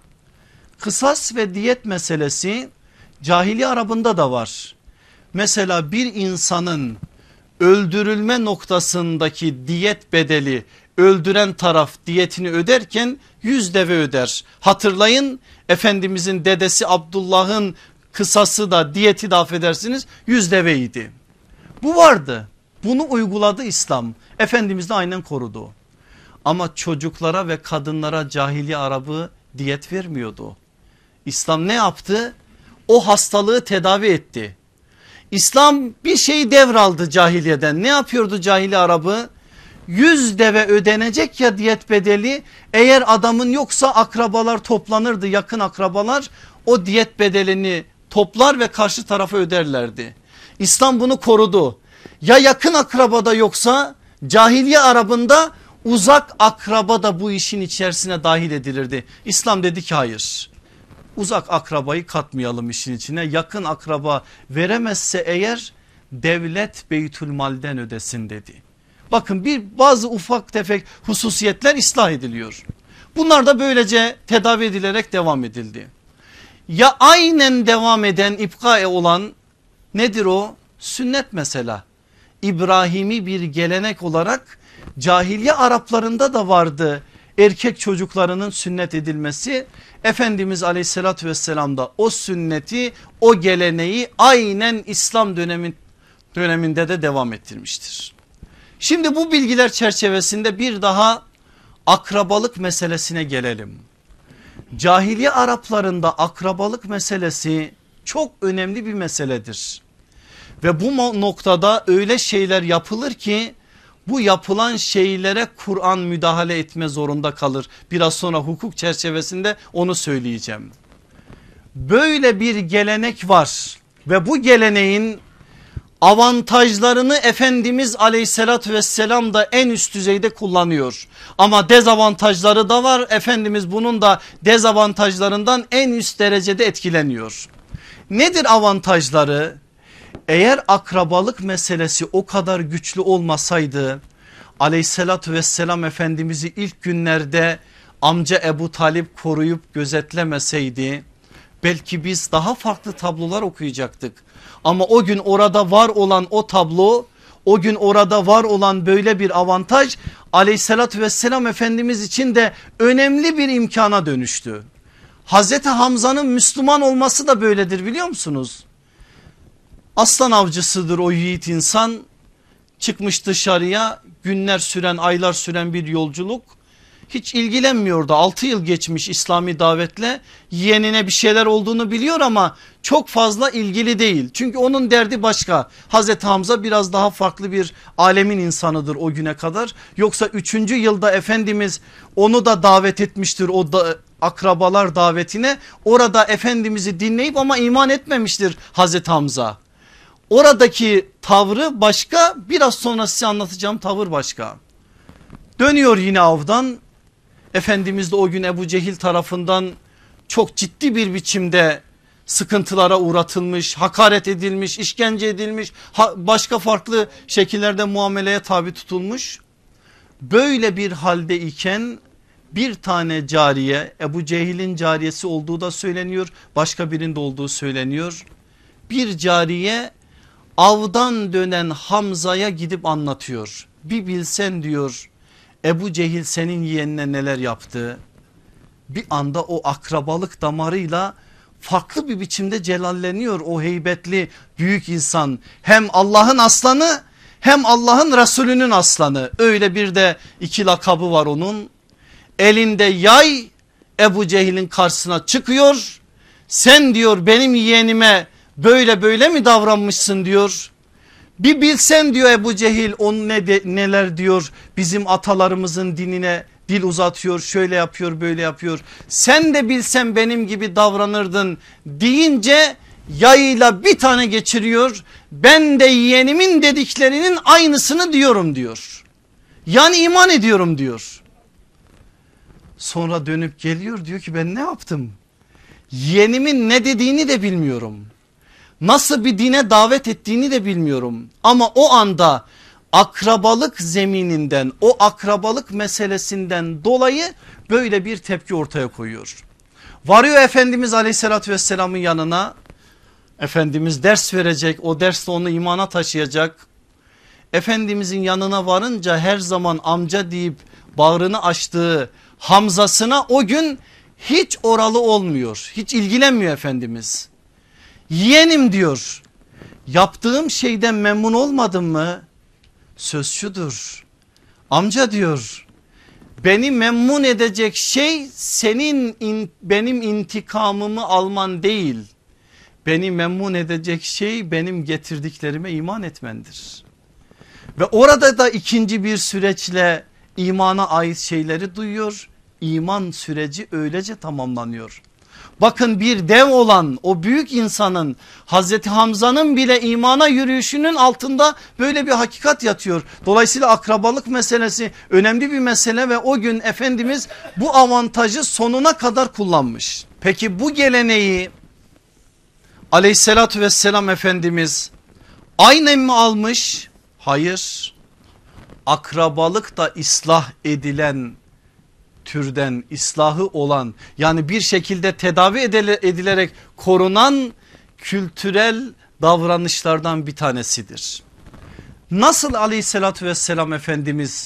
[SPEAKER 1] Kısas ve diyet meselesi cahiliye Arap'ında da var. Mesela bir insanın öldürülme noktasındaki diyet bedeli, öldüren taraf diyetini öderken 100 deve öder. Hatırlayın, Efendimizin dedesi Abdullah'ın kısası da diyeti de affedersiniz 100 deveydi. Bu vardı, bunu uyguladı İslam, Efendimiz de aynen korudu. Ama çocuklara ve kadınlara cahiliye Arabı diyet vermiyordu. İslam ne yaptı? O hastalığı tedavi etti. İslam bir şeyi devraldı cahiliyeden. Ne yapıyordu cahiliye Arabı? 100 deve ödenecek ya diyet bedeli, eğer adamın yoksa akrabalar toplanırdı, yakın akrabalar o diyet bedelini toplar ve karşı tarafa öderlerdi. İslam bunu korudu. Ya yakın akrabada yoksa cahiliye Arabında uzak akraba da bu işin içerisine dahil edilirdi. İslam dedi ki hayır, uzak akrabayı katmayalım işin içine, yakın akraba veremezse eğer devlet Beytülmal'den ödesin dedi. Bakın bazı ufak tefek hususiyetler ıslah ediliyor. Bunlar da böylece tedavi edilerek devam edildi. Ya aynen devam eden, ipka olan nedir o? Sünnet mesela. İbrahimi bir gelenek olarak cahiliye Araplarında da vardı. erkek çocuklarının sünnet edilmesi. Efendimiz aleyhissalatü vesselam da o sünneti, o geleneği aynen İslam döneminde de devam ettirmiştir. Şimdi bu bilgiler çerçevesinde bir daha akrabalık meselesine gelelim. Cahiliye Araplarında akrabalık meselesi çok önemli bir meseledir. Ve bu noktada öyle şeyler yapılır ki bu yapılan şeylere Kur'an müdahale etme zorunda kalır. Biraz sonra hukuk çerçevesinde onu söyleyeceğim. Böyle bir gelenek var ve bu geleneğin avantajlarını Efendimiz aleyhissalatü vesselam da en üst düzeyde kullanıyor. Ama dezavantajları da var. Efendimiz bunun da dezavantajlarından en üst derecede etkileniyor. Nedir avantajları? Eğer akrabalık meselesi o kadar güçlü olmasaydı aleyhissalatü vesselam Efendimiz'i ilk günlerde amca Ebu Talip koruyup gözetlemeseydi belki biz daha farklı tablolar okuyacaktık. Ama o gün orada var olan o tablo, o gün orada var olan böyle bir avantaj aleyhissalatü vesselam Efendimiz için de önemli bir imkana dönüştü. Hazreti Hamza'nın Müslüman olması da böyledir, biliyor musunuz? Aslan avcısıdır o yiğit insan, çıkmış dışarıya, günler süren, aylar süren bir yolculuk, hiç ilgilenmiyordu. 6 yıl geçmiş İslami davetle, yeğenine bir şeyler olduğunu biliyor ama çok fazla ilgili değil. Çünkü onun derdi başka. Hazreti Hamza biraz daha farklı bir alemin insanıdır o güne kadar. Yoksa 3. yılda Efendimiz onu da davet etmiştir, o da akrabalar davetine. Orada Efendimiz'i dinleyip ama iman etmemiştir Hazreti Hamza. Oradaki tavrı başka, biraz sonra size anlatacağım tavır başka. Dönüyor yine avdan. Efendimiz de o gün Ebu Cehil tarafından çok ciddi bir biçimde sıkıntılara uğratılmış, hakaret edilmiş, işkence edilmiş, başka farklı şekillerde muameleye tabi tutulmuş. Böyle bir halde iken bir tane cariye, Ebu Cehil'in cariyesi olduğu da söyleniyor, başka birinde olduğu söyleniyor. Bir cariye avdan dönen Hamza'ya gidip anlatıyor. Bir bilsen diyor Ebu Cehil senin yeğenine neler yaptı. Bir anda o akrabalık damarıyla farklı bir biçimde celalleniyor o heybetli büyük insan. Hem Allah'ın aslanı hem Allah'ın Resulünün aslanı. Öyle bir de iki lakabı var onun. Elinde yay Ebu Cehil'in karşısına çıkıyor. Sen diyor benim yeğenime böyle mi davranmışsın diyor. Bir bilsen diyor Ebu Cehil onun neler diyor, bizim atalarımızın dinine dil uzatıyor, şöyle yapıyor böyle yapıyor. Sen de bilsen benim gibi davranırdın deyince yayıyla bir tane geçiriyor. Ben de yeğenimin dediklerinin aynısını diyorum diyor. Yani iman ediyorum diyor. Sonra dönüp geliyor, diyor ki ben ne yaptım? Yeğenimin ne dediğini de bilmiyorum. Nasıl bir dine davet ettiğini de bilmiyorum. Ama o anda akrabalık zemininden, o akrabalık meselesinden dolayı böyle bir tepki ortaya koyuyor. Varıyor Efendimiz aleyhissalatü vesselamın yanına. Efendimiz ders verecek, o ders de onu imana taşıyacak. Efendimizin yanına varınca her zaman amca deyip bağrını açtığı Hamzasına o gün hiç oralı olmuyor, hiç ilgilenmiyor Efendimiz. Yeğenim diyor, yaptığım şeyden memnun olmadın mı? Söz şudur, amca diyor, beni memnun edecek şey benim intikamımı alman değil. Beni memnun edecek şey benim getirdiklerime iman etmendir. Ve orada da ikinci bir süreçle imana ait şeyleri duyuyor. İman süreci öylece tamamlanıyor. Bakın bir dev olan o büyük insanın, Hazreti Hamza'nın bile imana yürüyüşünün altında böyle bir hakikat yatıyor. Dolayısıyla akrabalık meselesi önemli bir mesele ve o gün Efendimiz bu avantajı sonuna kadar kullanmış. Peki bu geleneği aleyhissalatü vesselam Efendimiz aynen mi almış? Hayır. Akrabalık da ıslah edilen türden, ıslahı olan, yani bir şekilde tedavi edilerek korunan kültürel davranışlardan bir tanesidir. Nasıl aleyhissalatü vesselam Efendimiz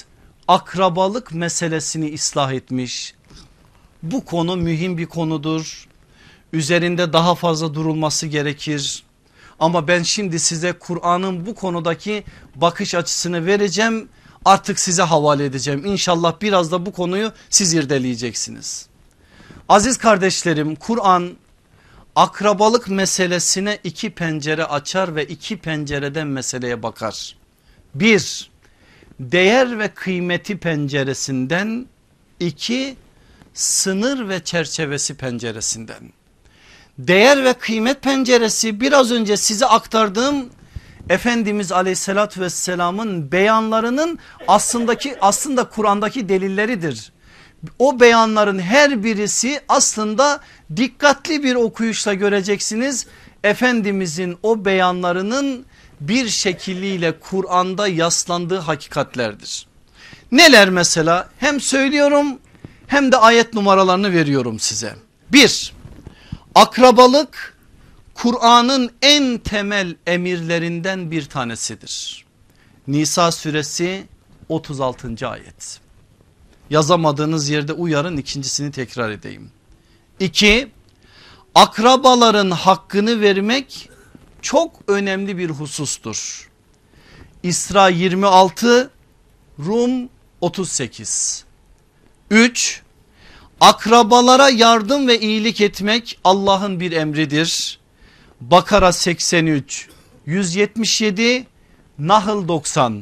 [SPEAKER 1] akrabalık meselesini ıslah etmiş. Bu konu mühim bir konudur. Üzerinde daha fazla durulması gerekir. Ama ben şimdi size Kur'an'ın bu konudaki bakış açısını vereceğim. Artık size havale edeceğim. İnşallah biraz da bu konuyu siz irdeleyeceksiniz. Aziz kardeşlerim, Kur'an akrabalık meselesine iki pencere açar ve iki pencereden meseleye bakar. Bir, değer ve kıymeti penceresinden. İki, sınır ve çerçevesi penceresinden. Değer ve kıymet penceresi biraz önce size aktardığım Efendimiz Aleyhisselatü Vesselam'ın beyanlarının aslında Kur'an'daki delilleridir. O beyanların her birisi aslında dikkatli bir okuyuşla göreceksiniz. Efendimizin o beyanlarının bir şekliyle Kur'an'da yaslandığı hakikatlerdir. Neler mesela? Hem söylüyorum hem de ayet numaralarını veriyorum size. Bir, akrabalık Kur'an'ın en temel emirlerinden bir tanesidir. Nisa suresi 36. ayet. Yazamadığınız yerde uyarın, ikincisini tekrar edeyim. 2. Akrabaların hakkını vermek çok önemli bir husustur. İsra 26, Rum 38. 3. Akrabalara yardım ve iyilik etmek Allah'ın bir emridir. Bakara 83, 177, Nahl 90.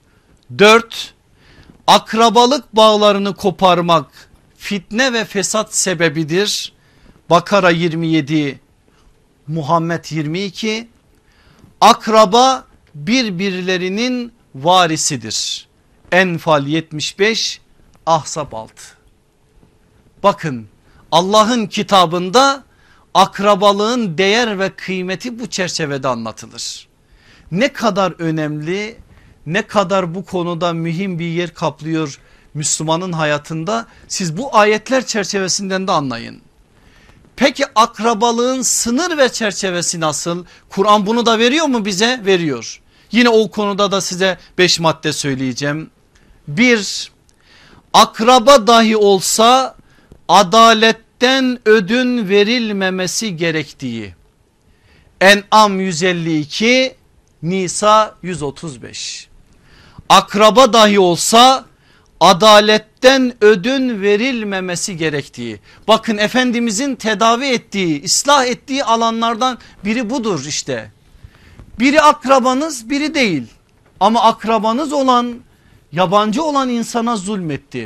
[SPEAKER 1] 4. Akrabalık bağlarını koparmak fitne ve fesat sebebidir. Bakara 27, Muhammed 22. Akraba birbirlerinin varisidir. Enfal 75, Ahzab 6. Bakın, Allah'ın kitabında akrabalığın değer ve kıymeti bu çerçevede anlatılır. Ne kadar önemli, ne kadar bu konuda mühim bir yer kaplıyor Müslümanın hayatında, siz bu ayetler çerçevesinden de anlayın. Peki akrabalığın sınır ve çerçevesi nasıl? Kur'an bunu da veriyor mu bize? Veriyor. Yine o konuda da size 5 madde söyleyeceğim. 1. Akraba dahi olsa adaletten ödün verilmemesi gerektiği. En'am 152, Nisa 135. Akraba dahi olsa adaletten ödün verilmemesi gerektiği. Bakın Efendimizin tedavi ettiği, ıslah ettiği alanlardan biri budur işte. Biri akrabanız, biri değil. Ama akrabanız olan, yabancı olan insana zulmetti.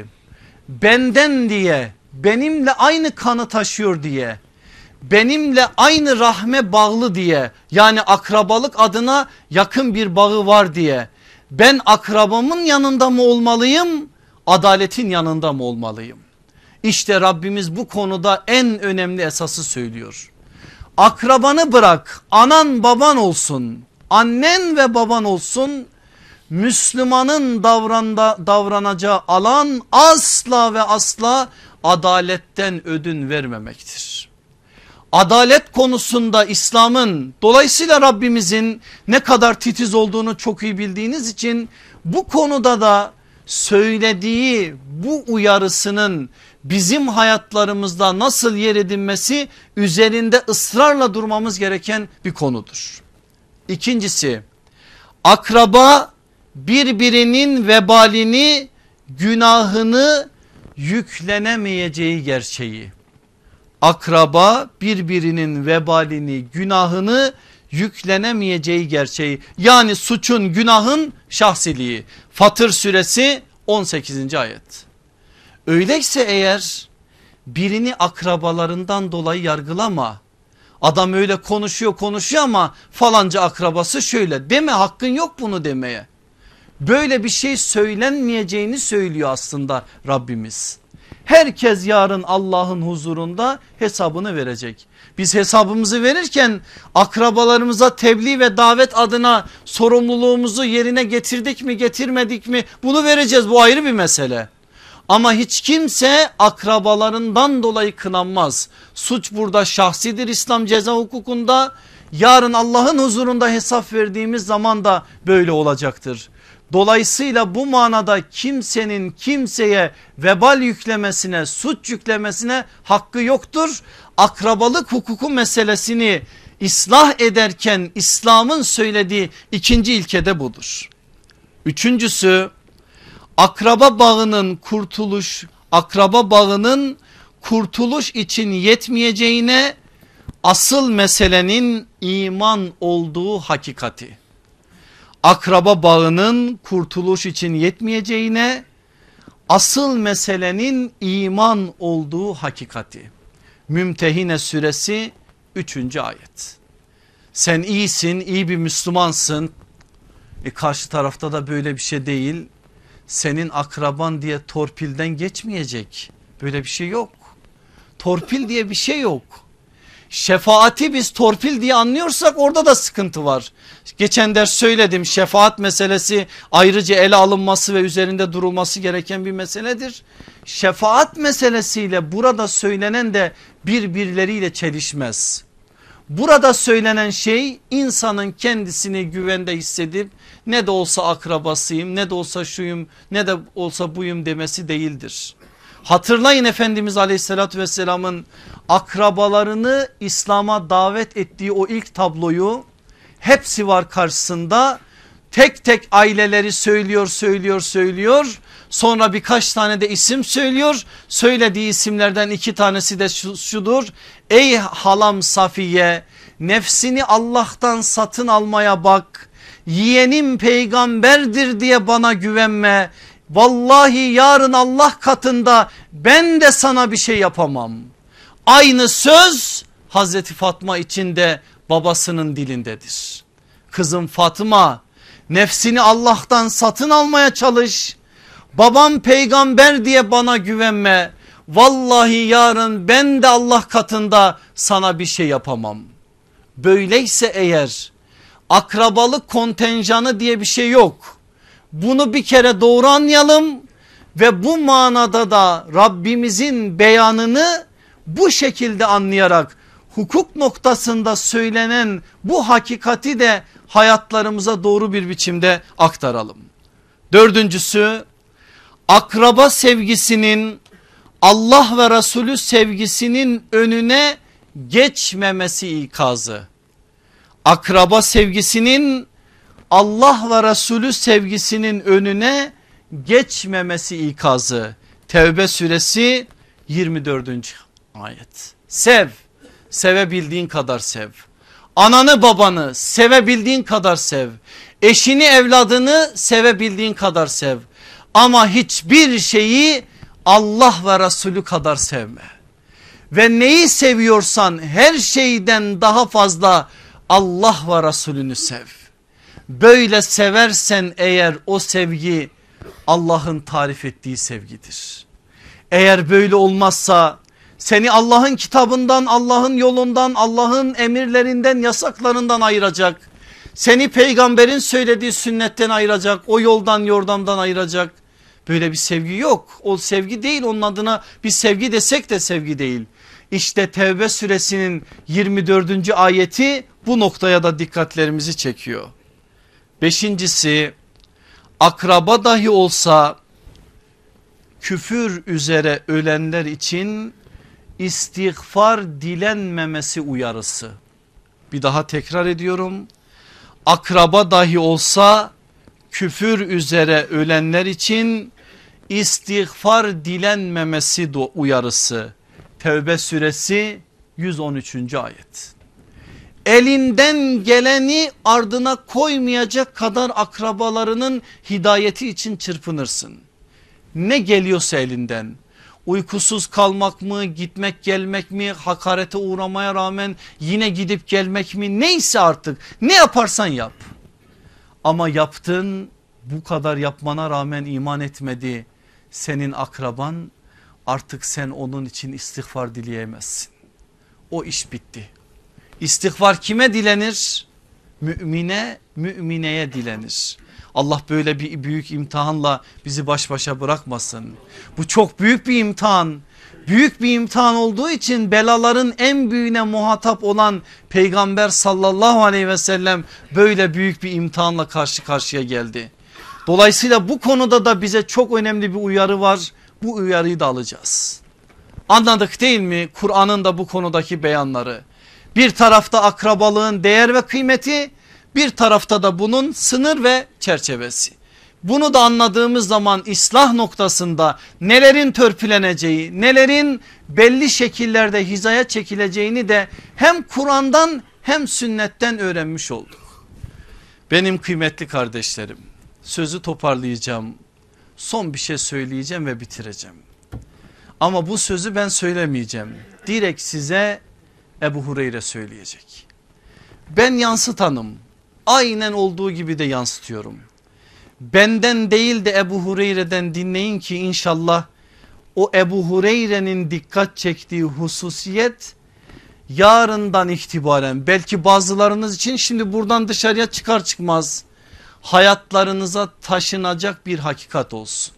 [SPEAKER 1] Benden diye, benimle aynı kanı taşıyor diye, benimle aynı rahme bağlı diye, yani akrabalık adına yakın bir bağı var diye, ben akrabamın yanında mı olmalıyım, adaletin yanında mı olmalıyım? İşte Rabbimiz bu konuda en önemli esası söylüyor. Akrabanı bırak, anan baban olsun, annen ve baban olsun, Müslümanın davranacağı alan asla ve asla adaletten ödün vermemektir. Adalet konusunda İslam'ın, dolayısıyla Rabbimizin ne kadar titiz olduğunu çok iyi bildiğiniz için bu konuda da söylediği bu uyarısının bizim hayatlarımızda nasıl yer edinmesi üzerinde ısrarla durmamız gereken bir konudur. İkincisi, akraba birbirinin vebalini, günahını yüklenemeyeceği gerçeği. Akraba birbirinin vebalini, günahını yüklenemeyeceği gerçeği, yani suçun, günahın şahsiliği. Fatır suresi 18. ayet. Öyleyse eğer birini akrabalarından dolayı yargılama. Adam öyle konuşuyor ama falanca akrabası şöyle deme, hakkın yok bunu demeye. Böyle bir şey söylenmeyeceğini söylüyor aslında Rabbimiz. Herkes yarın Allah'ın huzurunda hesabını verecek. Biz hesabımızı verirken akrabalarımıza tebliğ ve davet adına sorumluluğumuzu yerine getirdik mi getirmedik mi, bunu vereceğiz, bu ayrı bir mesele. Ama hiç kimse akrabalarından dolayı kınanmaz. Suç burada şahsidir İslam ceza hukukunda. Yarın Allah'ın huzurunda hesap verdiğimiz zaman da böyle olacaktır. Dolayısıyla bu manada kimsenin kimseye vebal yüklemesine, suç yüklemesine hakkı yoktur. Akrabalık hukuku meselesini ıslah ederken İslam'ın söylediği ikinci ilke de budur. Üçüncüsü, akraba bağının kurtuluş için yetmeyeceğine, asıl meselenin iman olduğu hakikati. Akraba bağının kurtuluş için yetmeyeceğine, asıl meselenin iman olduğu hakikati. Mümtehine suresi 3. ayet. Sen iyisin, iyi bir Müslümansın. Karşı tarafta da böyle bir şey değil. Senin akraban diye torpilden geçmeyecek. Böyle bir şey yok. Torpil diye bir şey yok. Şefaati biz torpil diye anlıyorsak orada da sıkıntı var. Geçen ders söyledim, şefaat meselesi ayrıca ele alınması ve üzerinde durulması gereken bir meseledir. Şefaat meselesiyle burada söylenen de birbirleriyle çelişmez. Burada söylenen şey insanın kendisini güvende hissedip ne de olsa akrabasıyım, ne de olsa şuyum, ne de olsa buyum demesi değildir. Hatırlayın Efendimiz Aleyhisselatü Vesselam'ın akrabalarını İslam'a davet ettiği o ilk tabloyu, hepsi var karşısında, tek tek aileleri söylüyor. Sonra birkaç tane de isim söylüyor. Söylediği isimlerden 2 tanesi de şudur: ey halam Safiye, nefsini Allah'tan satın almaya bak, yeğenim peygamberdir diye bana güvenme. Vallahi yarın Allah katında ben de sana bir şey yapamam. Aynı söz Hazreti Fatma için de babasının dilindedir. Kızım Fatma, nefsini Allah'tan satın almaya çalış. Babam peygamber diye bana güvenme. Vallahi yarın ben de Allah katında sana bir şey yapamam. Böyleyse eğer akrabalık kontenjanı diye bir şey yok. Bunu bir kere doğru anlayalım ve bu manada da Rabbimizin beyanını bu şekilde anlayarak hukuk noktasında söylenen bu hakikati de hayatlarımıza doğru bir biçimde aktaralım. Dördüncüsü, akraba sevgisinin Allah ve Resulü sevgisinin önüne geçmemesi ikazı. Akraba sevgisinin Allah ve Resulü sevgisinin önüne geçmemesi ikazı. Tevbe suresi 24. ayet. Sev, sevebildiğin kadar sev. Ananı babanı sevebildiğin kadar sev. Eşini evladını sevebildiğin kadar sev. Ama hiçbir şeyi Allah ve Resulü kadar sevme. Ve neyi seviyorsan her şeyden daha fazla Allah ve Resulünü sev. Böyle seversen eğer o sevgi Allah'ın tarif ettiği sevgidir. Eğer böyle olmazsa seni Allah'ın kitabından, Allah'ın yolundan, Allah'ın emirlerinden, yasaklarından ayıracak. Seni peygamberin söylediği sünnetten ayıracak, o yoldan yordamdan ayıracak. Böyle bir sevgi yok. O sevgi değil, onun adına bir sevgi desek de sevgi değil. İşte Tevbe suresinin 24. ayeti bu noktaya da dikkatlerimizi çekiyor. Beşincisi, akraba dahi olsa küfür üzere ölenler için istiğfar dilenmemesi uyarısı. Bir daha tekrar ediyorum. Akraba dahi olsa küfür üzere ölenler için istiğfar dilenmemesi uyarısı. Tevbe suresi 113. ayet. Elinden geleni ardına koymayacak kadar akrabalarının hidayeti için çırpınırsın. Ne geliyorsa elinden, uykusuz kalmak mı, gitmek gelmek mi, hakarete uğramaya rağmen yine gidip gelmek mi, neyse artık ne yaparsan yap. Ama yaptın, bu kadar yapmana rağmen iman etmedi senin akraban, artık sen onun için istiğfar dileyemezsin. O iş bitti. İstiğfar kime dilenir? Mümine, mümineye dilenir. Allah böyle bir büyük imtihanla bizi baş başa bırakmasın. Bu çok büyük bir imtihan. Büyük bir imtihan olduğu için belaların en büyüğüne muhatap olan Peygamber sallallahu aleyhi ve sellem böyle büyük bir imtihanla karşı karşıya geldi. Dolayısıyla bu konuda da bize çok önemli bir uyarı var. Bu uyarıyı da alacağız. Anladık değil mi Kur'an'ın da bu konudaki beyanları? Bir tarafta akrabalığın değer ve kıymeti, bir tarafta da bunun sınır ve çerçevesi. Bunu da anladığımız zaman ıslah noktasında nelerin törpüleneceği, nelerin belli şekillerde hizaya çekileceğini de hem Kur'an'dan hem sünnetten öğrenmiş olduk. Benim kıymetli kardeşlerim, sözü toparlayacağım. Son bir şey söyleyeceğim ve bitireceğim. Ama bu sözü ben söylemeyeceğim. Direkt size Ebu Hureyre söyleyecek. Ben yansıtanım. Aynen olduğu gibi de yansıtıyorum. Benden değil de Ebu Hureyre'den dinleyin ki inşallah o Ebu Hureyre'nin dikkat çektiği hususiyet yarından itibaren belki bazılarınız için şimdi buradan dışarıya çıkar çıkmaz hayatlarınıza taşınacak bir hakikat olsun.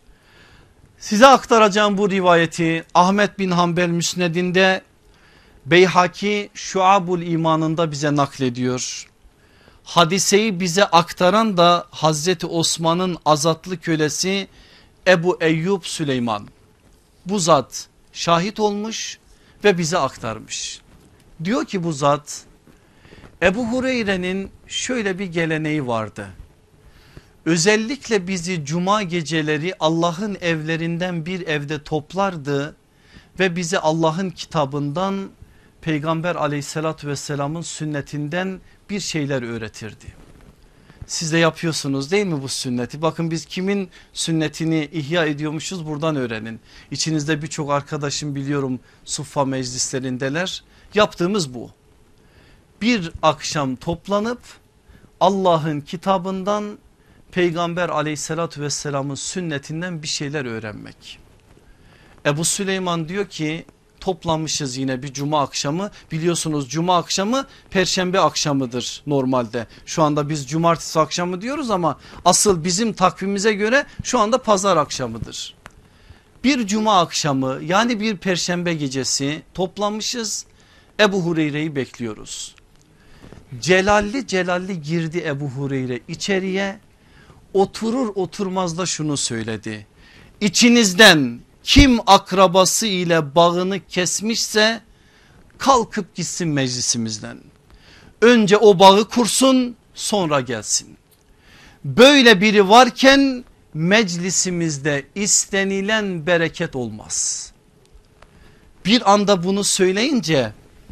[SPEAKER 1] Size aktaracağım bu rivayeti Ahmet bin Hanbel Müsned'inde, Beyhaki Şuabul İman'ında bize naklediyor. Hadiseyi bize aktaran da Hazreti Osman'ın azatlı kölesi Ebu Eyyub Süleyman. Bu zat şahit olmuş ve bize aktarmış. Diyor ki bu zat, Ebu Hureyre'nin şöyle bir geleneği vardı. Özellikle bizi cuma geceleri Allah'ın evlerinden bir evde toplardı ve bize Allah'ın kitabından, Peygamber aleyhissalatü vesselamın sünnetinden bir şeyler öğretirdi. Siz de yapıyorsunuz değil mi bu sünneti? Bakın biz kimin sünnetini ihya ediyormuşuz, buradan öğrenin. İçinizde birçok arkadaşım biliyorum suffa meclislerindeler. Yaptığımız bu. Bir akşam toplanıp Allah'ın kitabından, Peygamber aleyhissalatü vesselamın sünnetinden bir şeyler öğrenmek. Ebu Süleyman diyor ki toplanmışız yine bir cuma akşamı, biliyorsunuz cuma akşamı perşembe akşamıdır normalde. Şu anda biz cumartesi akşamı diyoruz ama asıl bizim takvimimize göre şu anda pazar akşamıdır. Bir cuma akşamı yani bir perşembe gecesi toplanmışız, Ebu Hureyre'yi bekliyoruz. Celalli celalli girdi Ebu Hureyre içeriye, oturur oturmaz da şunu söyledi: İçinizden kim akrabası ile bağını kesmişse kalkıp gitsin meclisimizden. Önce o bağı kursun, sonra gelsin. Böyle biri varken meclisimizde istenilen bereket olmaz. Bir anda bunu söyleyince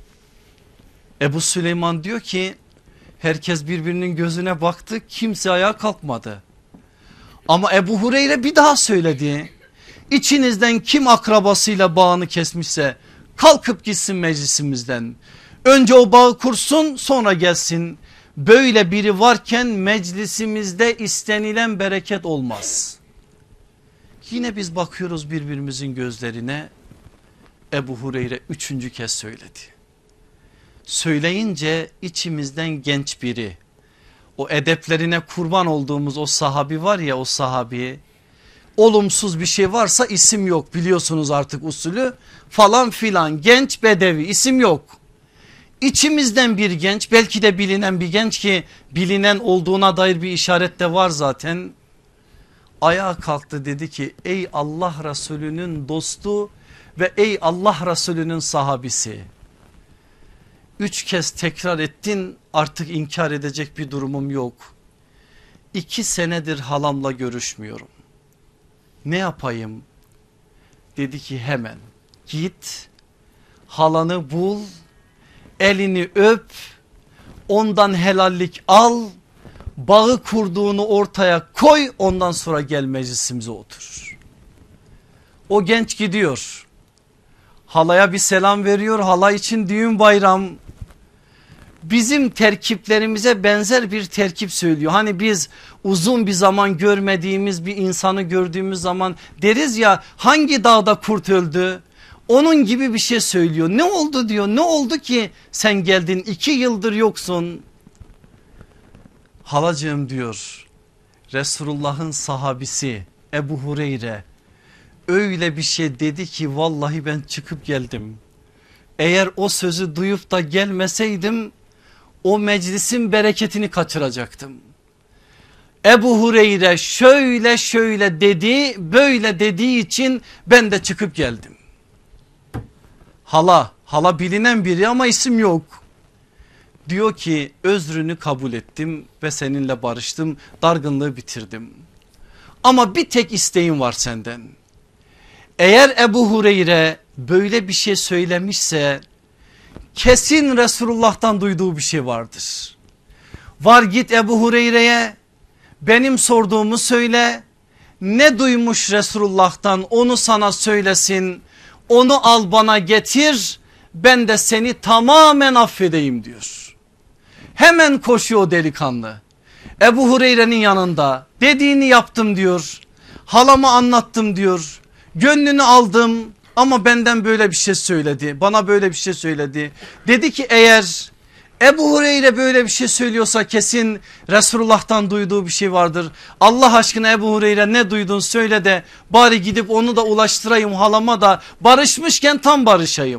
[SPEAKER 1] Ebu Süleyman diyor ki herkes birbirinin gözüne baktı, kimse ayağa kalkmadı. Ama Ebu Hureyre bir daha söyledi: İçinizden kim akrabasıyla bağını kesmişse kalkıp gitsin meclisimizden. Önce o bağı kursun, sonra gelsin. Böyle biri varken meclisimizde istenilen bereket olmaz. Yine biz bakıyoruz birbirimizin gözlerine. Ebu Hureyre üçüncü kez söyledi. Söyleyince içimizden genç biri, o edeplerine kurban olduğumuz o sahabi var ya, o sahabi, olumsuz bir şey varsa isim yok, biliyorsunuz artık usulü, falan filan, genç bedevi, isim yok. İçimizden bir genç, belki de bilinen bir genç ki bilinen olduğuna dair bir işaret de var zaten. Ayağa kalktı, dedi ki ey Allah Resulü'nün dostu ve ey Allah Resulü'nün sahabisi. 3 kez tekrar ettin, artık inkar edecek bir durumum yok. 2 senedir halamla görüşmüyorum. Ne yapayım? Dedi ki hemen git, halanı bul, elini öp, ondan helallik al, bağı kurduğunu ortaya koy, ondan sonra gel meclisimize otur. O genç gidiyor, halaya bir selam veriyor, hala için düğün bayram. Bizim terkiplerimize benzer bir terkip söylüyor. Hani biz uzun bir zaman görmediğimiz bir insanı gördüğümüz zaman deriz ya, hangi dağda kurt öldü? Onun gibi bir şey söylüyor. Ne oldu diyor, ne oldu ki sen geldin, 2 yıldır yoksun. Halacığım diyor, Resulullah'ın sahabisi Ebu Hureyre öyle bir şey dedi ki vallahi ben çıkıp geldim. Eğer o sözü duyup da gelmeseydim o meclisin bereketini kaçıracaktım. Ebu Hureyre şöyle şöyle dedi, böyle dediği için ben de çıkıp geldim. Hala bilinen biri ama isim yok. Diyor ki özrünü kabul ettim ve seninle barıştım, dargınlığı bitirdim. Ama bir tek isteğim var senden. Eğer Ebu Hureyre böyle bir şey söylemişse kesin Resulullah'tan duyduğu bir şey vardır. Var git Ebu Hureyre'ye benim sorduğumu söyle. Ne duymuş Resulullah'tan onu sana söylesin. Onu al bana getir, ben de seni tamamen affedeyim diyor. Hemen koşuyor o delikanlı. Ebu Hureyre'nin yanında dediğini yaptım diyor. Halama anlattım diyor. Gönlünü aldım ama benden böyle bir şey söyledi. Bana böyle bir şey söyledi. Dedi ki eğer Ebu Hureyre böyle bir şey söylüyorsa kesin Resulullah'tan duyduğu bir şey vardır. Allah aşkına Ebu Hureyre ne duydun söyle de bari gidip onu da ulaştırayım halama da barışmışken tam barışayım.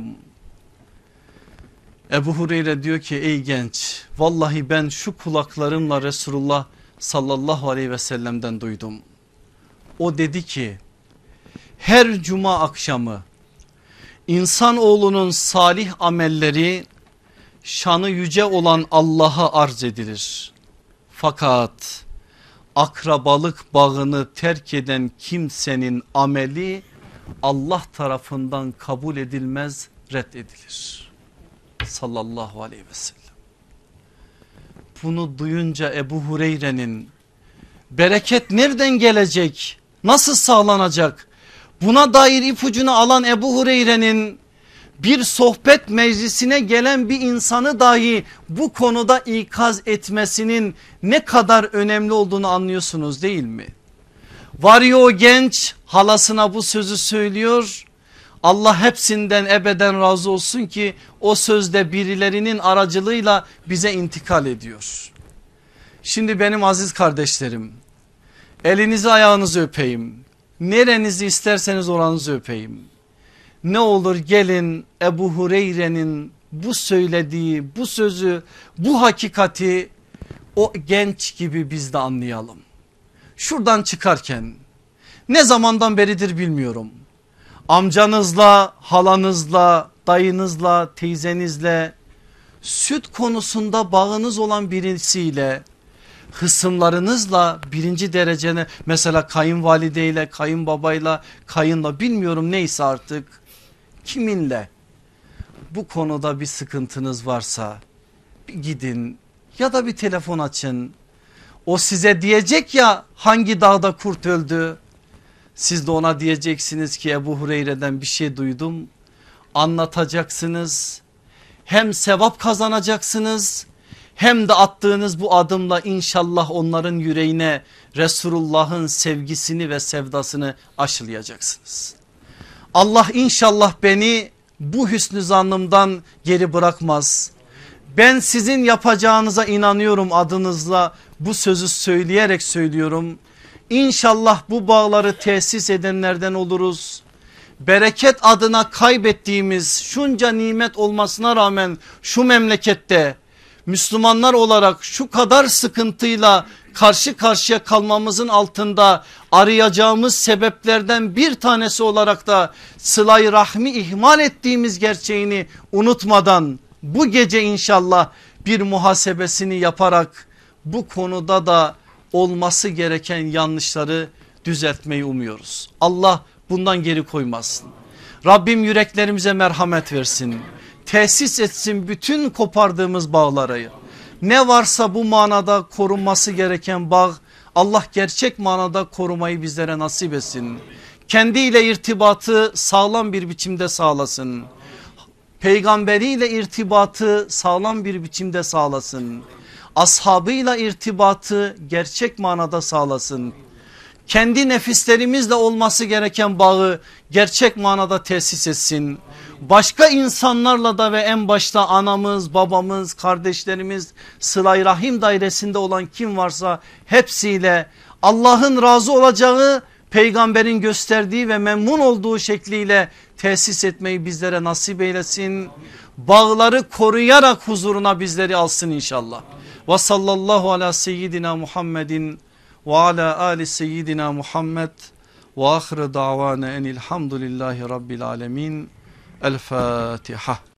[SPEAKER 1] Ebu Hureyre diyor ki ey genç, vallahi ben şu kulaklarımla Resulullah sallallahu aleyhi ve sellem'den duydum. O dedi ki her cuma akşamı insanoğlunun salih amelleri şanı yüce olan Allah'a arz edilir. Fakat akrabalık bağını terk eden kimsenin ameli Allah tarafından kabul edilmez, reddedilir. Sallallahu aleyhi ve sellem. Bunu duyunca Ebu Hureyre'nin bereket nereden gelecek, nasıl sağlanacak, buna dair ipucunu alan Ebu Hureyre'nin bir sohbet meclisine gelen bir insanı dahi bu konuda ikaz etmesinin ne kadar önemli olduğunu anlıyorsunuz değil mi? Varıyor o genç halasına bu sözü söylüyor. Allah hepsinden ebeden razı olsun ki o sözde birilerinin aracılığıyla bize intikal ediyor. Şimdi benim aziz kardeşlerim, elinizi ayağınızı öpeyim. Nerenizi isterseniz oranızı öpeyim. Ne olur gelin Ebu Hureyre'nin bu söylediği bu sözü, bu hakikati o genç gibi biz de anlayalım. Şuradan çıkarken ne zamandan beridir bilmiyorum. Amcanızla, halanızla, dayınızla, teyzenizle süt konusunda bağınız olan birisiyle, hısımlarınızla birinci derecene mesela kayınvalideyle, kayınbabayla, kayınla bilmiyorum neyse artık kiminle bu konuda bir sıkıntınız varsa bir gidin ya da bir telefon açın. O size diyecek ya hangi dağda kurt öldü. Siz de ona diyeceksiniz ki Ebu Hureyre'den bir şey duydum. Anlatacaksınız. Hem sevap kazanacaksınız hem de attığınız bu adımla inşallah onların yüreğine Resulullah'ın sevgisini ve sevdasını aşılayacaksınız. Allah inşallah beni bu hüsnü zannımdan geri bırakmaz. Ben sizin yapacağınıza inanıyorum, adınızla bu sözü söyleyerek söylüyorum. İnşallah bu bağları tesis edenlerden oluruz. Bereket adına kaybettiğimiz şunca nimet olmasına rağmen şu memlekette Müslümanlar olarak şu kadar sıkıntıyla karşı karşıya kalmamızın altında arayacağımız sebeplerden bir tanesi olarak da sıla-i rahmi ihmal ettiğimiz gerçeğini unutmadan bu gece inşallah bir muhasebesini yaparak bu konuda da olması gereken yanlışları düzeltmeyi umuyoruz. Allah bundan geri koymasın. Rabbim yüreklerimize merhamet versin. Tesis etsin bütün kopardığımız bağları. Ne varsa bu manada korunması gereken bağ Allah gerçek manada korumayı bizlere nasip etsin. Kendiyle irtibatı sağlam bir biçimde sağlasın. Peygamberiyle irtibatı sağlam bir biçimde sağlasın. Ashabıyla irtibatı gerçek manada sağlasın. Kendi nefislerimizle olması gereken bağı gerçek manada tesis etsin. Başka insanlarla da ve en başta anamız, babamız, kardeşlerimiz, sıla-i rahim dairesinde olan kim varsa hepsiyle Allah'ın razı olacağı, peygamberin gösterdiği ve memnun olduğu şekliyle tesis etmeyi bizlere nasip eylesin. Bağları koruyarak huzuruna bizleri alsın inşallah. Ve sallallahu ala seyyidina Muhammedin ve ala ali seyyidina Muhammed ve ahire davana enilhamdülillahi rabbil alemin. El Fatiha.